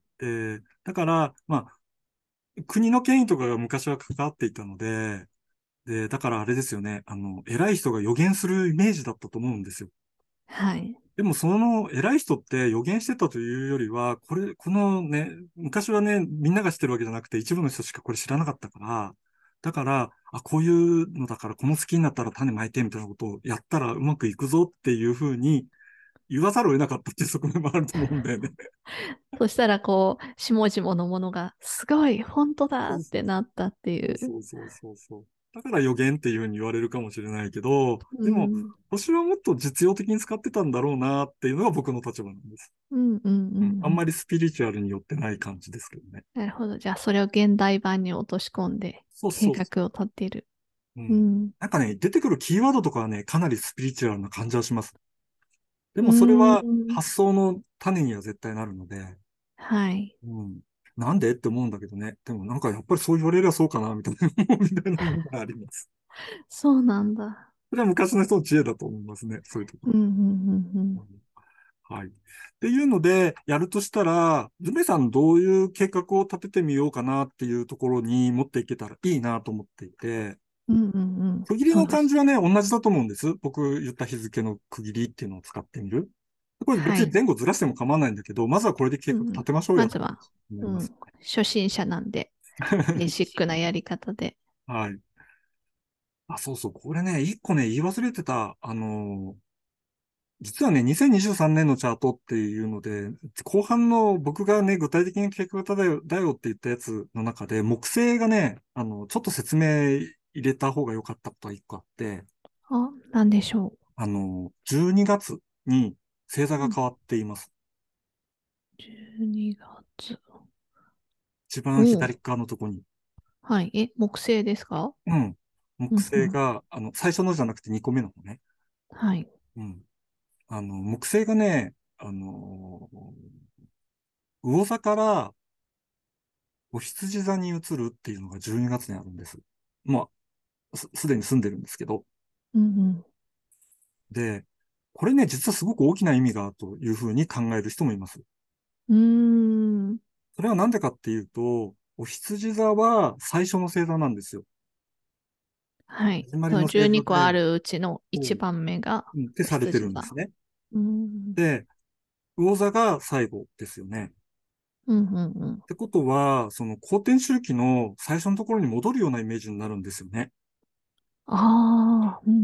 だから、まあ、国の権威とかが昔は関わっていたので、だからあれですよね。偉い人が予言するイメージだったと思うんですよ。 はい。 でもその偉い人って予言してたというよりは、このね、昔はね、みんなが知ってるわけじゃなくて一部の人しかこれ知らなかったから、だから、こういうのだからこの好きになったら種まいてみたいなことをやったらうまくいくぞっていうふうに言わざるを得なかったっていう側面もあると思うんだよね。 そしたら、こう、下々のものが、すごい、本当だってなったっていう。 そうそうそうそう。だから予言っていうふうに言われるかもしれないけど、でも、 うん。 星はもっと実用的に使ってたんだろうなっていうのが僕の立場なんです。 うん、うん、うん。 あんうん。 まりスピリチュアルに寄ってない感じですけどね。 なるほど。じゃあ、それを現代版に落とし込んで、 そうそうそ計画を立てる。 う。うん。 うん。 なんかね、出てくるキーワードとかはね、かなりスピリチュアルな感じはします。でうもそれはん。 発想の種には絶対なるので、 はい。 うん。なんでって思うんだけどね。でもなんかやっぱりそう言われりゃそうかな、みたいな、みたいなものがあります。 そうなんだ。 それは昔の人の知恵だと思いますね。そういうとこうん、うん、うん、うん。 ろ。はい。っていうので、やるとしたら、ズメさんどういう計画を立ててみようかなっていうところに持っていけたらいいなと思っていて、 うん、うん、うん。 区切りのそうです。 漢字はね、同じだと思うんです。僕言った日付の区切りっていうのを使ってみる。これ別にはい。 前後ずらしても構わないんだけど、まずはこれで計画うん。 立てましょうよってまずは、 なります。 うん。初心者なんで、ベーシックなやり方で。 はい。そうそう。これね、一個ね、言い忘れてた。実はね、2023年のチャートっていうので、後半の僕がね、具体的に計画型だよって言ったやつの中で、木星がね、ちょっと説明入れた方が良かったことが一個あって、 あ、なんでしょ 12月に星座う。うん。 が変わっています。 12月。 一番おう。 左側のとこに。 はい。木星ですか？ うん。木うん、うん。 星が、最初のじゃなくて2個目の方ね。 はい。 うん。木星がね、魚座からお羊座に移るっていうのが12月にあるんです。まあ、すでに住んでるんですけど。 うん、 で、これね、実はすごく大きな意味がというふうに考える人もいます。 うん。うーん。 それはなんでかっていうと、お羊座は最初の星座なんですよ。 はい。その始まりの星 12 座で、 個あるうちの1 そう番目がっておされてる羊座。 んですね。 うん。 で、魚座が最後ですよね。 うん、うん、うん。 ってことは、その公転周期の最初のところに戻るようなイメージになるんですよね。 ああ、うん、うん、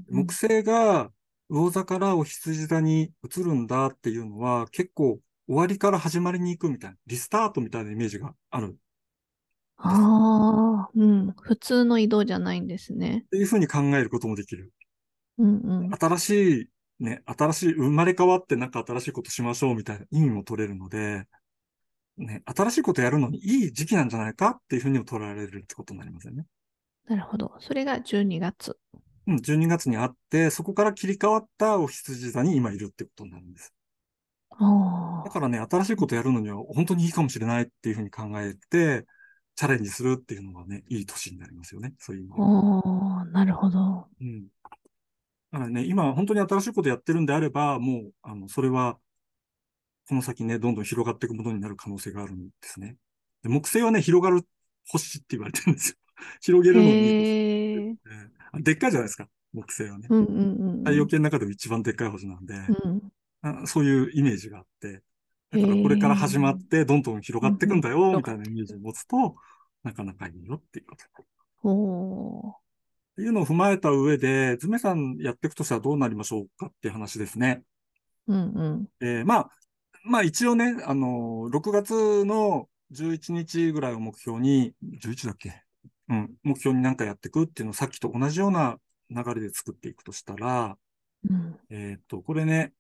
うん。 木星が魚座からお羊座に移るんだっていうのは結構終わりから始まりに行くみたいな、リスタートみたいなイメージがあるんです。 ああ、うん。普通の移動じゃないんですね。 っていうふうに考えることもできる。 うん、うん。 新しい、ね、生まれ変わってなんか新しいことしましょうみたいな意味も取れるので、ね、新しいことやるのにいい時期なんじゃないかっていうふうにも取られるってことになりますよね。 なるほど。それが12月。 うん、12月にあって、そこから切り替わったお羊座に今いるってことになるんです。 ああ。 だからね、新しいことやるのには本当にいいかもしれないっていうふうに考えて、チャレンジするっていうのはね、いい年になりますよね。そういう意味では。 ああ、なるほど。 うん。だからね、今本当に新しいことやってるんであれば、もう、それは、この先ね、どんどん広がっていくものになる可能性があるんですね。で、木星はね、広がる星って言われてるんですよ。広げるのにいい星。 へえ。 でっかいじゃないですか、木星はね。 うん、うん、うん、 太陽系の中でも一番でっかい星なんで、 うん。うん。 そういうイメージがあって、だへからこれからえ。 始まってどんどん広うん、 がっていくんうん。 だよ、みたいなイ広がっていく。 メージを持つと、なかなかいいよっていうこと。っおー。 ていうのを踏まえた上で、ズメさんやっていくとしたらどうなりましょうかっていう話ですね。 うん、うん。 まあ一応ね、6月の11日ぐらいを目標に、11だっけ？うん、目標になんかやっていくっていうのをさっきと同じような流れで作っていくとしたら、 うん。 これね、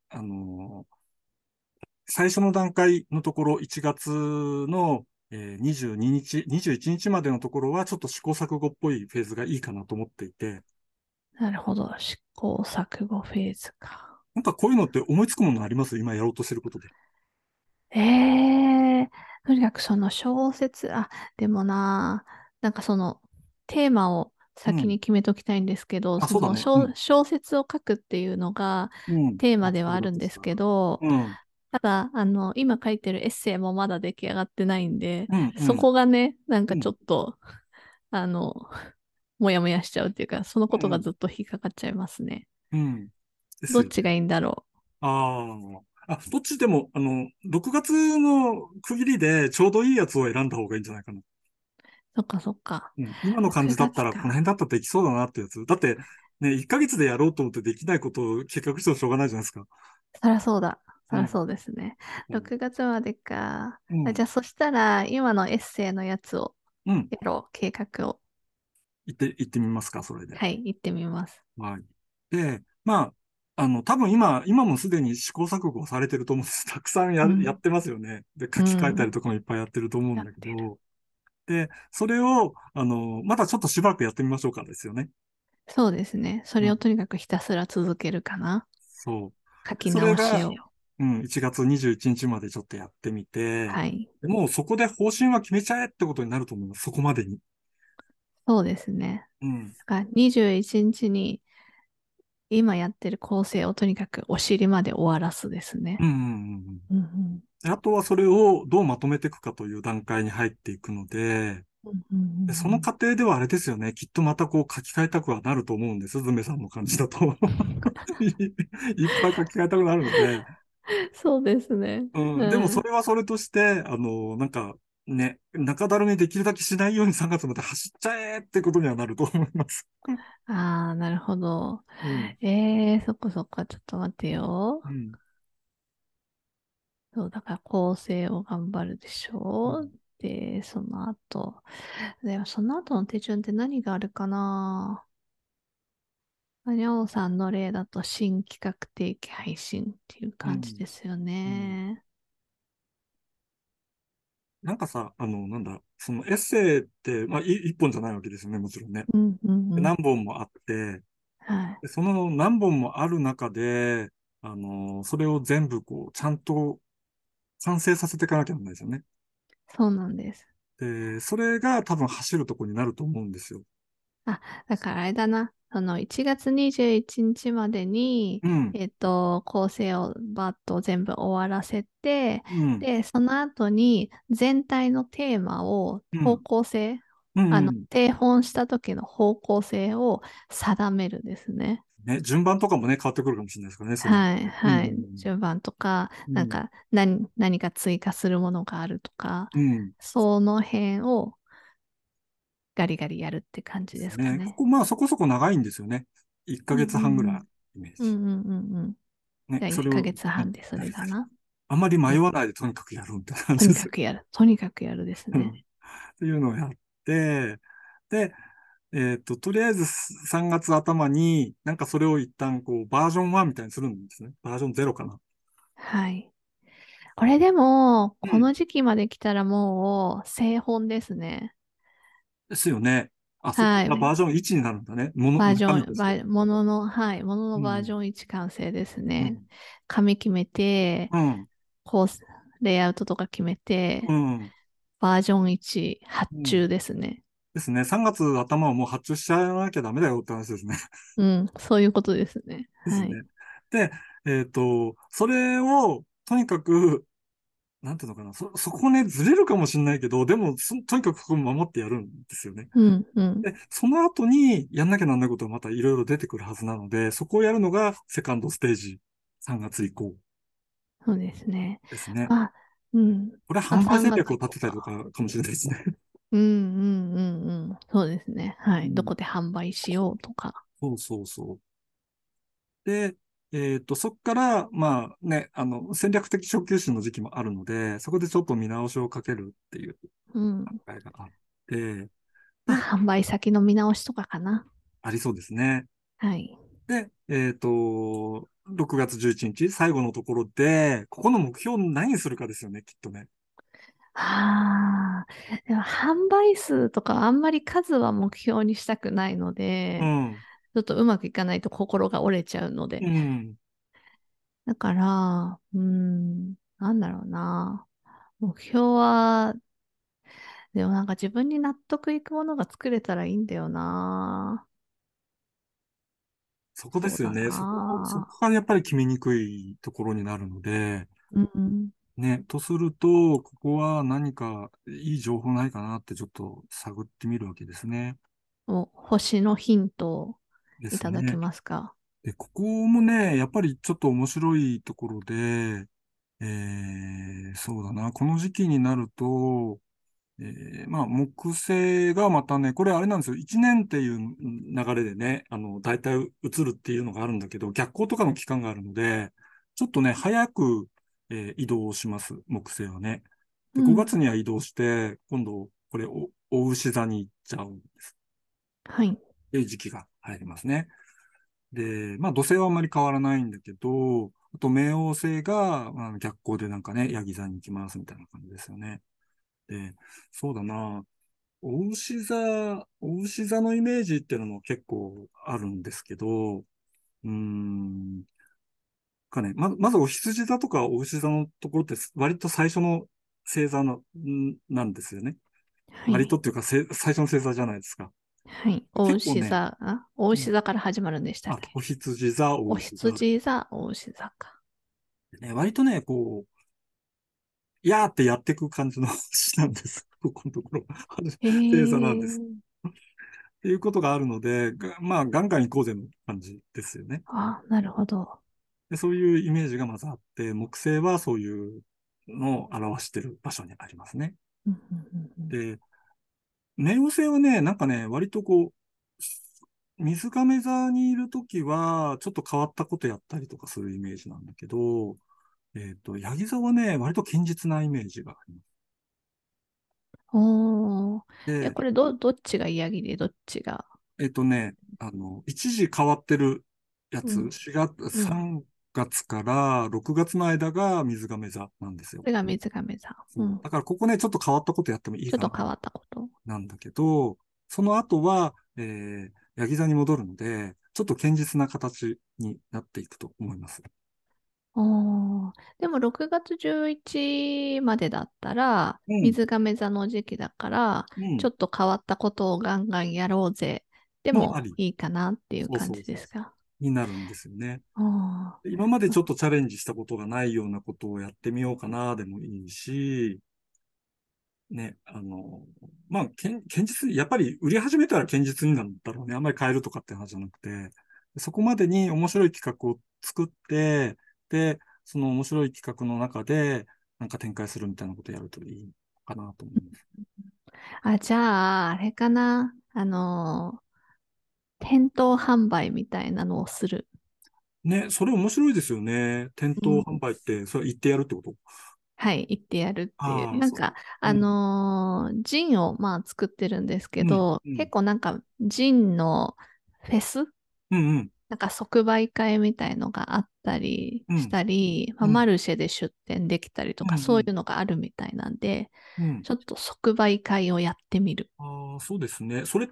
最初の段階のところ、1月の、22日、21日までのところは、ちょっと試行錯誤っぽいフェーズがいいかなと思っていて、 なるほど。試行錯誤フェーズか。 なんかこういうのって思いつくものあります今やろうとしてることで。 ええ。とにかくその小説、あ、でもな、なんかそのテーマをうん。 先に決めときたいんですけど、 あ、 そのそうだね。うん。 小説を書くっていうのがうん。あ、 テーマではそうあるんですだったした。 けど、 うん。 ただ、今書いてるエッセイもまだ出来上がってないんで、 うん。うそん。 こがね、なんかちょうん。 っと、あの、もやもやしちゃうっていうか、そのことがうん。 ずっと引っかかっちゃいますね。 うん。ですよね。 どっちがいいんだろああ。あ、どっちでも、6月の区切りでちょうどいいやつを選んだ方がいいんじゃないかな。 う。そっかそっか。 うん。今の感じ 6 だったら、この辺月か。 だったらできそうだなってやつ。だって、ね、1ヶ月でやろうと思ってできないことを計画してもしょうがないじゃないですか。 そりゃそうだ。そうん。 りゃそうですね。6月までか。あ、じうん。 ゃあ、そしたら、今のエッセイのやつをうん。 やろう。計画を。 行ってみますか、それで。 はい、行ってみます。 はい。で、まあ、多分今もすでに試行錯誤されてると思うんです。たくさんやうん。 ってますよね。で、書うき換えたりん。 とかもいっぱいやってると思うんやってる。 だけど、で、それを、まだちょっとしばらくやってみましょうかですよね。 そうですね。そうん。 れをとにかくひたすら続けるかな。 そう。で書きそれが、 直しを。 うん、1月21日までちょっとやってみて、 はい。 でもうそこで方針は決めちゃえってことになると思います。そこまでに。 そうですね。 うん。 だから21日にちに今やってる構成をとにかくお尻まで終わらすですね。 うんうんうんうん。 うんうん。 であとはそれをどうまとめていくかという段階に入っていくので、 うんうんうんで、そのうん。 過程ではあれですよね。きっとまたこう書き換えたくはなると思うんです。ズメさんの感じだといいっぱい書き換えたくなるので。 そうですね。 うん。でもそうん。 れはそれとして、なんかね、中だるみできるだけしないように3月まで走っちゃえってことにはなると思います。 ああ、なるほど。 うん。 そっかそっか。ちょっと待ってよ。 うん。 そう、だから構成を頑張るでしょ。 うん。 で、その後。でもその後の手順って何があるかな。にゃおさんの例だと新企画定期配信っていう感じうん。 ですようん。 ね。 なんかさ、なんだ、そのエッセイって、まあ、一本じゃないわけですよね、もちろんね。 うんうんうん。 何本もあって、 はい。 でその何本もある中で、それを全部こう、ちゃんと完成させていかなきゃならないですよね。 そうなんです。 で、それが多分走るとこになると思うんですよ。 あ、だからあれだな。1月21日までに、 うん、 構成をバッと全部終わらせて、 うん、 で、その後に全体のテーマを、方うん、 向性、 うん、うん。 定本した時の方向性を定めるですね。 ね、順番とかもね、変わってくるかもしれないですからね、それ。 はい、 うん、 はい。順番とか、 うん、 なんか何か追加するものがあるとか、 うん。 その辺をガリガリやるって感じですかですね。こね。 こ、まあそこそこ長いんですよね。1 うんヶ月半ぐらうんい、イメーうん。うジ。 んうんうんうん。 ね、 じゃあ1 それを、 ヶ月ね、 半でそガリガリ。 れだな。 あんまりうん。 迷わないでとにかくやるみたいな感とじです。 にかくやる。とにかくやるですね。 うん。っていうのをやって、で、とりあえず3月頭に、なんかそれを一旦こう、バージョン1みたいにするんですね。バージョン0かな。 はい。これでも、 うん。 この時期まで来たらもう、製本ですね。 ですよね。あ、そっか。あ、バはい。 ージョン1になるんだね。 バージョン、 中身として。 ものの、はい。もののバージうん。 ョン1完成ですね。 うん。 紙決めて、 うん。 こう、レイアウトとか決めて、 うん。 バージョン1発うん。 注ですね。 ですね。3月頭はもう発注しちゃわなきゃダメだよって話ですね。 うん。そういうことですね。 ですね。 はい。 で、それを、とにかく、なんていうのかな。そこね、ずれるかもしれないけど、でも、とにかくここ守ってやるんですよね。 うん、うん。 で、その後にやんなきゃなんないことがまたいろいろ出てくるはずなので、そこをやるのがセカンドステージ3月以降そうですね。 ですね。 あ、うん。 これはあ、 販売 3月以戦略を立てたりと降か。 かかもしれないですね。 うんうんうんうん。そうですね。はい。どうん。 こで販売しようとか。 そうそうそう。で、そこから、まあね、戦略的初級編の時期もあるので、そこでちょっと見直しをかけるっていううん。 考えがあって、 まあ、 で、 販売先の見直しとかかな。 ありそうですね。 はい。 で、6月11日、最後のところで、ここの目標何するかですよね、きっとね。 ああ、でも販売数とかあんまり数は目標にしたくないので、 うん、 ちょっとうまくいかないと心が折れちゃうので。 うん、 だから、なんだろうな。目標は、 でもなんか自分に納得いくものが作れたらいいんだよな。 そこでそうだすよね。そな。 こがやっぱり決めにくいところになるので、 うんうん。 ね、とすると、ここは何かいい情報ないかなってちょっと探ってみるわけですね。 星のヒントをいただけですね。 ますか？ で、ここもね、やっぱりちょっと面白いところで、そうだな、この時期になると、まあ、木星がまたね、これあれなんですよ。1年っていう流れでね、大体移るっていうのがあるんだけど、逆行とかの期間があるので、ちょっとね、早く、移動します、木星はね。で、5 うん。 月には移動して、今度、これ、お牛座に行っちゃうんですはい。 っていう時期が入りますね。で、まあ土星はあんまり変わらないんだけど、あと冥王星が、まあ、逆行でなんかね、ヤギ座に行きますみたいな感じですよね。で、そうだな。お牛座のイメージっていうのも結構あるんですけど、うーん、まずお羊座とかお牛座のところって割と最初の星座なんですよね。 はい。 割とっていうか最初の星座じゃないですか。 はい。大うん、 牛座から始まるんでしたっけ？ お羊座、おお牛座。 羊座、大牛座か。 ね、割とね、こう、いやーってやっていく感じの話なんです。ここのところ。 へ星座なんです。 え。 っていうことがあるので、まあ、ガンガン行こうぜの感じですよね。 あ、なるほど。 で、そういうイメージがまずあって、木星はそういうのを表している場所にありますね。 うんうんうんうん。 で、冥王星はね、なんかね、割とこう、水亀座にいるときは、ちょっと変わったことやったりとかするイメージなんだけど、ヤギ座はね、割と堅実なイメージがあります。 おー。 で、 これどっちが嫌ぎでどっちが？ 一時変わってるやつ、 うん。 4月、 うん。 3月から6月の間が水亀座なんですよ。 これが水亀座。うそう。 ん。 だからここね、ちょっと変わったことやってもいいかな、 ちょっと変わったこと。 なんだけど、その後は、ヤギ座に戻るので、ちょっと堅実な形になっていくと思います。 おー。でも6月11までだったら、 うん、 水亀座の時期だから、 うん。 ちょっと変わったことをガンガンやろうぜ。でもあり。 もいいかなっていうそう感そうそうそう。 じですか？ になるんですよね。 おー。 今までちょっとチャレンジしたことがないようなことをやってみようかなでもいいし、ね、まあ、堅実に、やっぱり売り始めたら堅実になんだろうね。あんまり変えるとかって話じゃなくて、そこまでに面白い企画を作って、で、その面白い企画の中で、なんか展開するみたいなことをやるといいかなと思います。 あ、じゃあ、あれかな。店頭販売みたいなのをする。 ね、それ面白いですよね。店頭うん。 販売って、それ言ってやるってこと？ はい、行ってやるっていう。 ああ、そう。うん、 ジンをまあ作ってるんですけうん、 ど、 うん、 結構なんかジンのフェスうん、うん、 なんか即売会みたいのがあったりしうん、 たり、まあ、 うん、 マルシェで出店できたりとうん、うか、そういん。 うのがあるみたいなんで、 うん。 ちょっと即売会をやってみる。 ああ、そうですね。それって、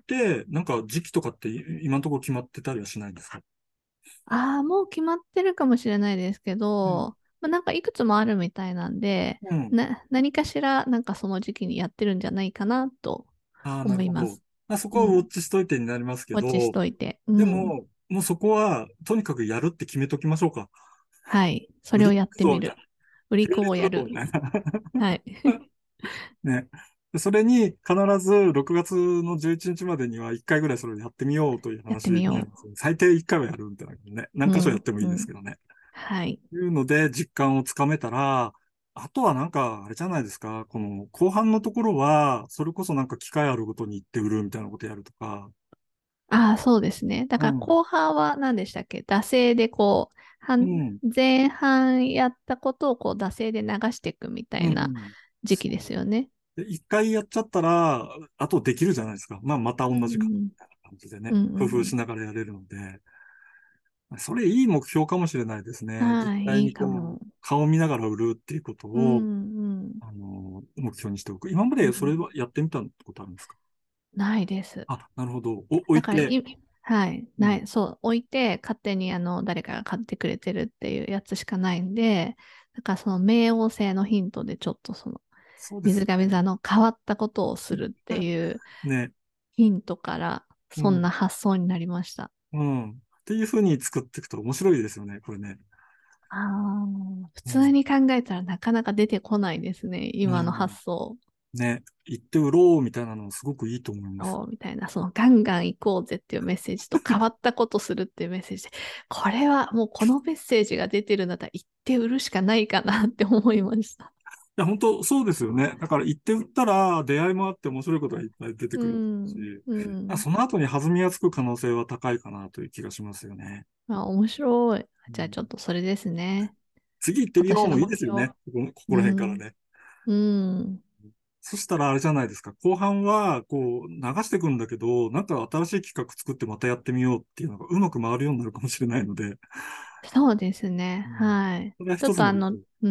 なんか時期とかって今のところ決まってたりはしないんですか？ ああ、もう決まってるかもしれないですけうん。 ど、まあ、なんかいくつもあるみたいなんで、 うん。 何かしらなんかその時期にやってるんじゃないかなとああ、なるほど。 思います。 まあ、そこはウォッうん。 チしといてになりますけウォッチしど、 といて。うん。 でも、もうそこは、とにかくやるって決めときましょうか。 はい。そ売りれをやってそうみたいな。 みる。売り手売り子をやる。 するぞみたいはい。 な。ね。でそれに必ず6月の11日までには1回ぐらいそれをやってみようというやって話みよになりますね。最低1回はやるみたいなね。何う。うん。 箇所やってもいいうん。 ですけどね。 はい。 いうので実感をつかめたら、あとはなんか、あれじゃないですか。この後半のところは、それこそなんか機会あるごとに行って売るみたいなことやるとか。 ああ、そうですね。だからうん。 後半は何でしたっけ？惰性でこう、 うん。 前半やったことをこう惰性で流していくみたういなん。 時期ですそう。 よね。 で、一回やっちゃったら、あとできるじゃないですか。まあ、またう同じか。 ん。 みたいな感じでね。 うん。 工夫うんしながらやれるので、それいい目標かもしれないですね。実はい、いい際にこのかも。 顔を見ながら売るっていうことうを、 ん。うん。 目標にしておく。今までそれうん。 はやってみたことあるんですか？ ないです。 あ、なるほど。置だからいて、 はい、 うん。 そう、置いて勝手に誰かが買ってくれてるっていうやつしかないんで、だからその冥王星のヒントでちょっとそうです水亀座の変わったことをするってね。 いうね。 ヒントからそんうん。 な発想になりました。 うん。っていうふうに作っていくと面白いですよね、これね。 ああ、普うん。 通に考えたらなかなか出てこないですね。今のうん。 発想。 ね。言って売ろうみたいなのすごくいいと思います。 みたいな、そのガンガン行こうぜっていうメッセージと変わったことするっていうメッセージで、これはもうこのメッセージが出てるんだったら行って売るしかないかなって思いました。 いや、本当そうですよね。だから行って売ったら出会いもあって面白いことがいっぱい出てうくるし、 ん、うん。 その後に弾みがつく可能性は高いかなという気がしますよね。 面白い。じゃあちょっうん、 とそれですね。 次行って今年のみようもいい目標。 ですよね。ここら辺からうん、 ね。 うん。 そしたらあれじゃないですか。後半は、こう、流していくんだけど、なんか新しい企画作ってまたやってみようっていうのがうまく回るようになるかもしれないので、 そうですね。 うん、 はい。 それはちょっ一つの理由。 とうん。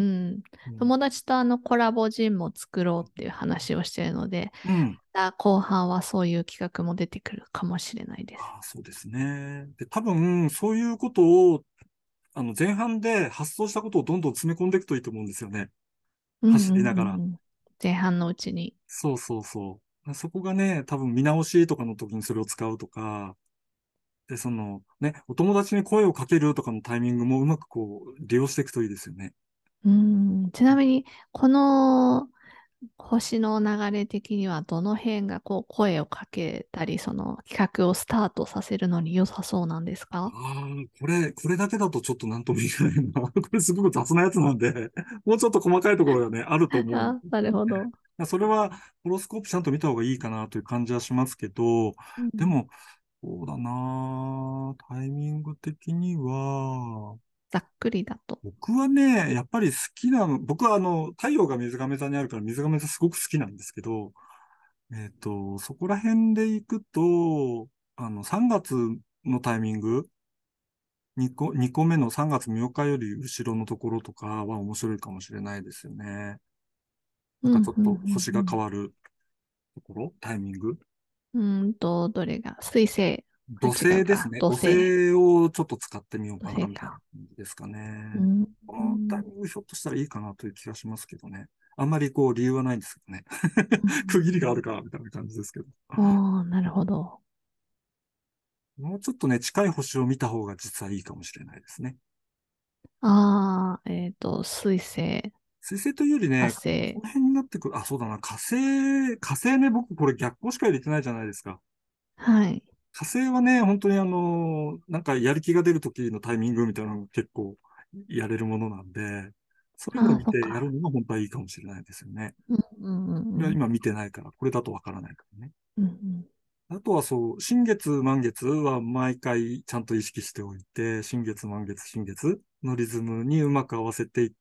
うん。 友達とコラボジムも作ろうっていう話をしているので、 うん。 後半はそういう企画も出てくるかもしれないです。 ああ、そうですね。で、多分、そういうことを、前半で発想したことをどんどん詰め込んでいくといいと思うんですよね。走うんうんりながら。 うんうん。前半のうちに。 そうそうそう。そこがね、多分見直しとかの時にそれを使うとか、で、お友達に声をかけるとかのタイミングもうまくこう、利用していくといいですよね。 ちなみに、この星の流れ的にはどの辺がこう声をかけたり、その企画をスタートさせるのに良さそうなんですか？ ああ、これだけだとちょっとなんとも言えないな。これすごく雑なやつなんで、もうちょっと細かいところがね、あると思うんであ、なすよね。 るほど。 それは、ホロスコープちゃんと見た方がいいかなという感じはしますけど、 うん、 でも、そうだな、タイミング的には、 ざっくりだと。 僕はね、やっぱり好きなの、僕は太陽が水亀座にあるから水亀座すごく好きなんですけど、そこら辺で行くと、3月のタイミング、2個目の3月8日より後ろのところとかは面白いかもしれないですよね。なんかちょっうん、うん、 と星がうん、 変わるところ、タイミング。 どれが水星。あ、 土違うか。 星ですね。土土星。 星をちょっと使ってみよう土かな、みたいな星か。 感じですかね。 うん、 このタイうん、 ミングひょっとしたらいいかなという気がしますけどね。あんまりこう理由はないんですけどね。 うん。 区切りがあるから、みたいな感じですけど。 ああ、なるほど。 もうちょっとね、近い星を見た方が実はいいかもしれないですね。 ああ、水星、 水星というより火ね、こ星。 の辺になってくる。あ、そうだな。火星ね、僕これ逆光しか入れてないじゃないですか。 はい。 火星はね、本当になんかやる気が出る時のタイミングみたいなのが結構やれるものなんで、そういうのをああ、 見そっか。 てやるのが本当はいいかもしれないですよね。 うん、うん、うん、うん。 いや今見てないから、これだとわからないからね。 うん、 あとはそう、新月満月は毎回ちゃんと意識しておいて、新月満月新月のリズムにうまく合わせていって、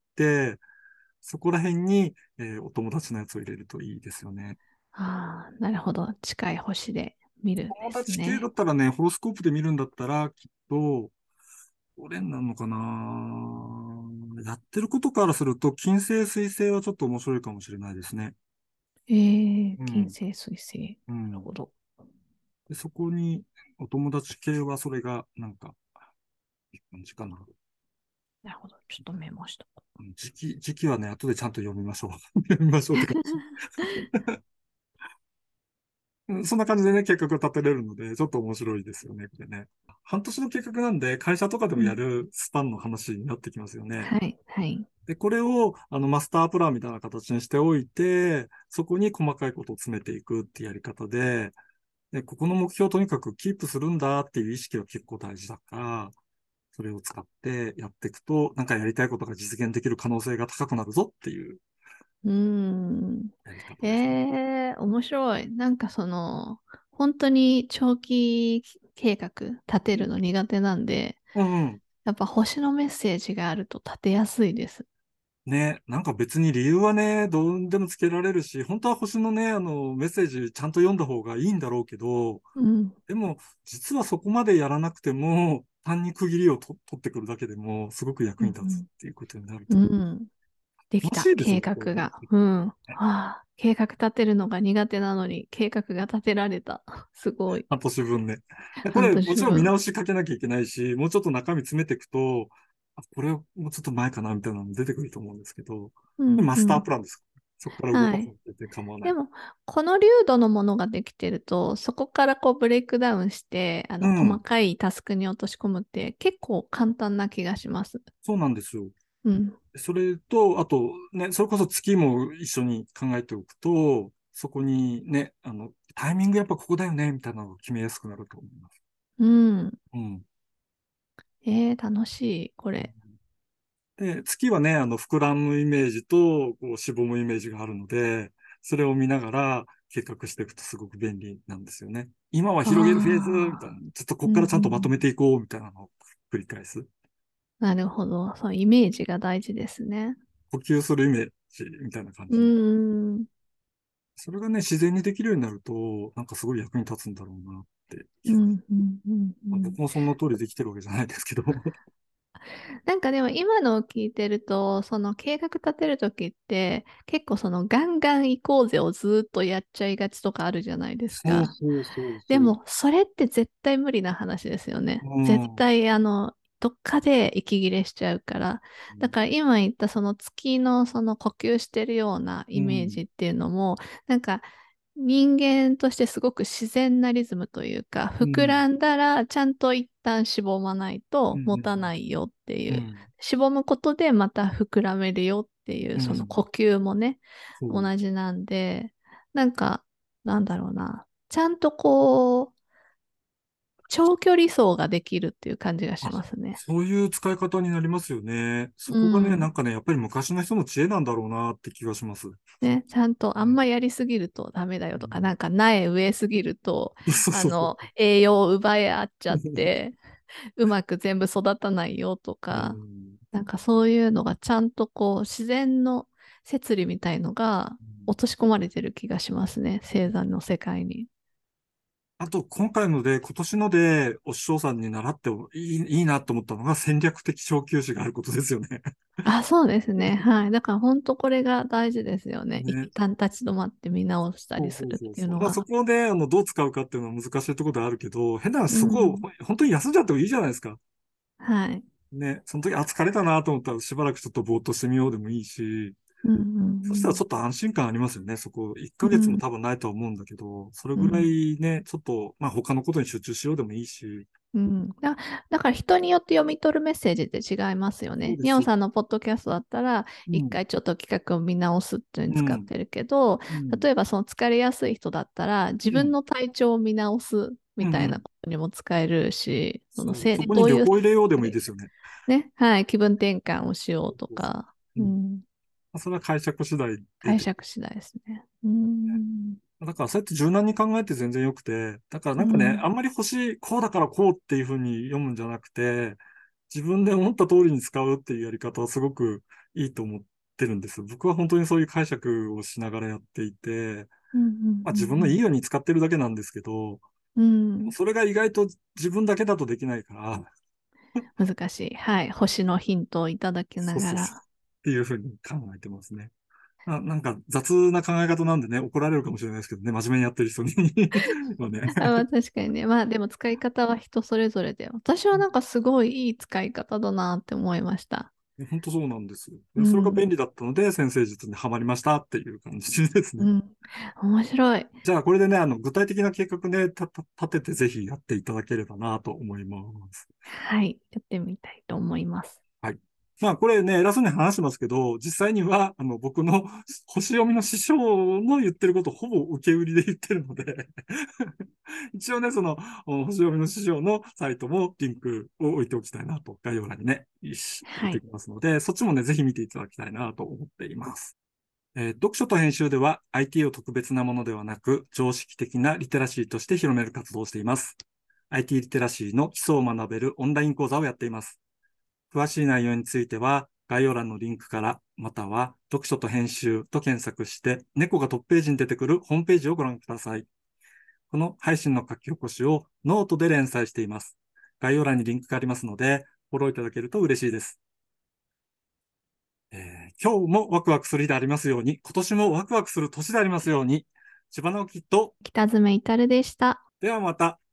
そこら辺に、お友達のやつを入れるといいですよね。 ああ、なるほど。近い星で見るんで友達系だすね。 ったらね、ホロスコープで見るんだったら、きっと、どれになるのかな、やってることからすると、金星、水星はちょっと面白いかもしれないですね。 金うん。 星、水星。 うん。 なるほど。 で、そこに、お友達系はそれが、なんか、いい感じかな。 なるほど。ちょっとメモしとこ時期はね、後でちゃんと読みましょう。読みましょうって感じ。うん、そんな感じでね、計画を立てれるので、ちょっと面白いですよね、これね。半年の計画なんで、会社とかでう。 もやるスパンの話になってきますよね。 はい、はい。 で、これを、マスタープランみたいな形にしておいて、そこに細かいことを詰めていくっていうやり方で、で、ここの目標をとにかくキープするんだっていう意識は結構大事だから、それを使ってやっていくと、なんかやりたいことが実現できる可能性が高くなるぞっていううーん。 やり方ですね。 面白い。本当に長期計画立てるの苦手なんで、 うんうん。 やっぱ星のメッセージがあると立てやすいです。 ね、なんか別に理由はね、どうでもつけられるし、本当は星のね、メッセージちゃんと読んだ方がいいんだろうけど、 うん。 でも、実はそこまでやらなくても、単に区切りを取ってくるだけでも、すごく役に立つうん。 っていうことになるうと。 ん。できた。計楽しいですよね、こういうの。 画が。うん。計画立てるのが苦手なのに、計画が立てられた。すごい。 半年分ね。こ半れ、もちろん見年分。 直しかけなきゃいけないし、もうちょっと中身詰めていくと、これもうちょっと前かなみたいなの出てくると思うんですけど、 うん、 マスターうん。 プランです。 そこから動はい。 かされて構わない。 でも、この流度のものができてると、そこからこうブレイクダウンして、細うん。 かいタスクに落とし込むって結構簡単な気がします。 そうなんですよ。 うん。 それと、あと、ね、それこそ月も一緒に考えておくと、そこにね、タイミングやっぱここだよね、みたいなのを決めやすくなると思います。 うん。 うん。 楽しい、これ。 で、月はね、膨らむイメージと、こう、しぼむイメージがあるので、それを見ながら計画していくとすごく便利なんですよね。今は広げるフェーズ、みたいな。 ああ。 ちょっとこうんうんうこからちゃんとまとめん。 ていこう、みたいなのを繰り返す。 なるほど。そう、イメージが大事ですね。 呼吸するイメージ、みたいな感うじ。 ん。 それがね、自然にできるようになると、なんかすごい役に立つんだろうなって気が。 うん、うん、うん、うまあ、 ん。 僕もそんな通りできてるわけじゃないですけど。 なんかでも今のを聞いてると、その計画立てるときって結構そのガンガン行こうぜをずーっとやっちゃいがちとかあるじゃないですか。 そうそうそうそう。 でもそれって絶対無理な話ですよね。 うん。う絶対どっかで息切れしちゃうから。だからん。 今言ったその月のその呼吸してるようなイメーうん。 ジっていうのも、なんか人間としてすごく自然なリズムというか、 うん。 膨らんだらちゃんと一旦しぼまないうん。 と持たないよっていう、 うん。 しぼむことでまた膨らめるよっていう、 うん。 その呼吸もね、 そう。 同じなんで、なんか、なんだろうな、ちゃんとこう、長距離走ができるっていう感じがしあ、 ますね。 そういう使い方になりますよね。そうこがね、なん。 んかね、やっぱり昔の人の知恵なんだろうなって気がします。 ね、ちゃんとあんね。 まやりすぎるとダメだよとか、 うん。 なんか苗植えすぎると、 そうそうそう。 栄養を奪い合っちゃって、うまく全部育たないよとうか、 ん。 なんかそういうのがちゃんとこう自然の摂理みたいのがうん。 落とし込まれてる気がしますね。星座の世界に。 あと、今年ので、お師匠さんに習ってもいいなと思ったのが戦略的小休止があることですよね。 あ、そうですね。はい。だから本当これが大事ですよね。一ね。 旦立ち止まって見直したそうそうりするっそうそう。まあ、そていうのは。 こで、どう使うかっていうのは難しいところではあるけど、変な話、 うそこを、 ん。 本当に休んじゃってもいいじゃないですか。 はい。 ね。その時、疲れたなと思ったら、しばらくちょっとぼーっとしてみようでもいいし、 うんそしたらちょっと安心感ありますよね。そこ、1 うん。 ヶ月もうん。 多分ないとは思うんだけど、それぐらうん。 いね、ちょっと、まあ他のことに集中しようでもいいし、 うん。だから人によって読み取るメッセージって違いますよね。 そうです。 ニオさんのポッドキャストだったら、 うん、 一回ちょっと企画を見直すっていうのにうん、 使ってるけど、 うん、 例えばその疲れやすい人だったら、自うん、 分の体調を見直すうん、 みたいなうん。 ことにも使えるし、 そう、そこに旅どういう、 行入れようでもいいですよね。 ね、はい、気分転換をしようとそうそうそか、 う。うん。 うん、 それは解釈次第でできる。 解釈次第ですね。うん、 だからそうやって柔軟に考えて全然よくて、だからなんかね、 うん、 あんまりこうだからこうっていうふうに読むんじゃなくて、自分で思った通りに使うっていうやり方はすごくいいと思ってるんです。僕は本当にそういう解釈をしながらやっていて、 うん、 まあ自分のいいように使ってるだけなんですけど、 うん、うん。 それが意外と自分だけだとできないから、 難しい。はい、星のヒントをいただきなそうそうそう。 がら。 っていうふうに考えてますね。なんか雑な考え方なんでね、怒られるかもしれないですけどね、真面目にやってる人にまあね。 まあ確かにね。まあでも使い方は人それぞれで、私はなんかすごいいい使い方だなって思いました。 本当そうなんですよ。でそれが便うん。 利だったので、先生術にはまりましたっていう感じですね。 うん。面白い。 じゃあ、これでね、具体的な計画ね、立ててぜひやっていただければなと思います。 はい。やってみたいと思います。 はい。まあ、これね、偉そうに話してますけど、実際には、僕の星読みの師匠の言ってることをほぼ受け売りで言ってるので一応ね、星読みの師匠のサイトもリンクを置いておきたいなと、概要欄にね、置いはい。 ておきますので、そっちもね、ぜひ見ていただきたいなと思っています。読書と編集では IT を特別なものではなく、常識的なリテラシーとして広める活動をしています。IT リテラシーの基礎を学べるオンライン講座をやっています。詳しい内容については、概要欄のリンクから、または読書と編集と検索して、猫がトップページに出てくるホームページをご覧ください。この配信の書き起こしをノートで連載しています。概要欄にリンクがありますので、フォローいただけると嬉しいです。今日もワクワクする日でありますように、今年もワクワクする年でありますように、千葉直樹と、 北爪至でした。 ではまた。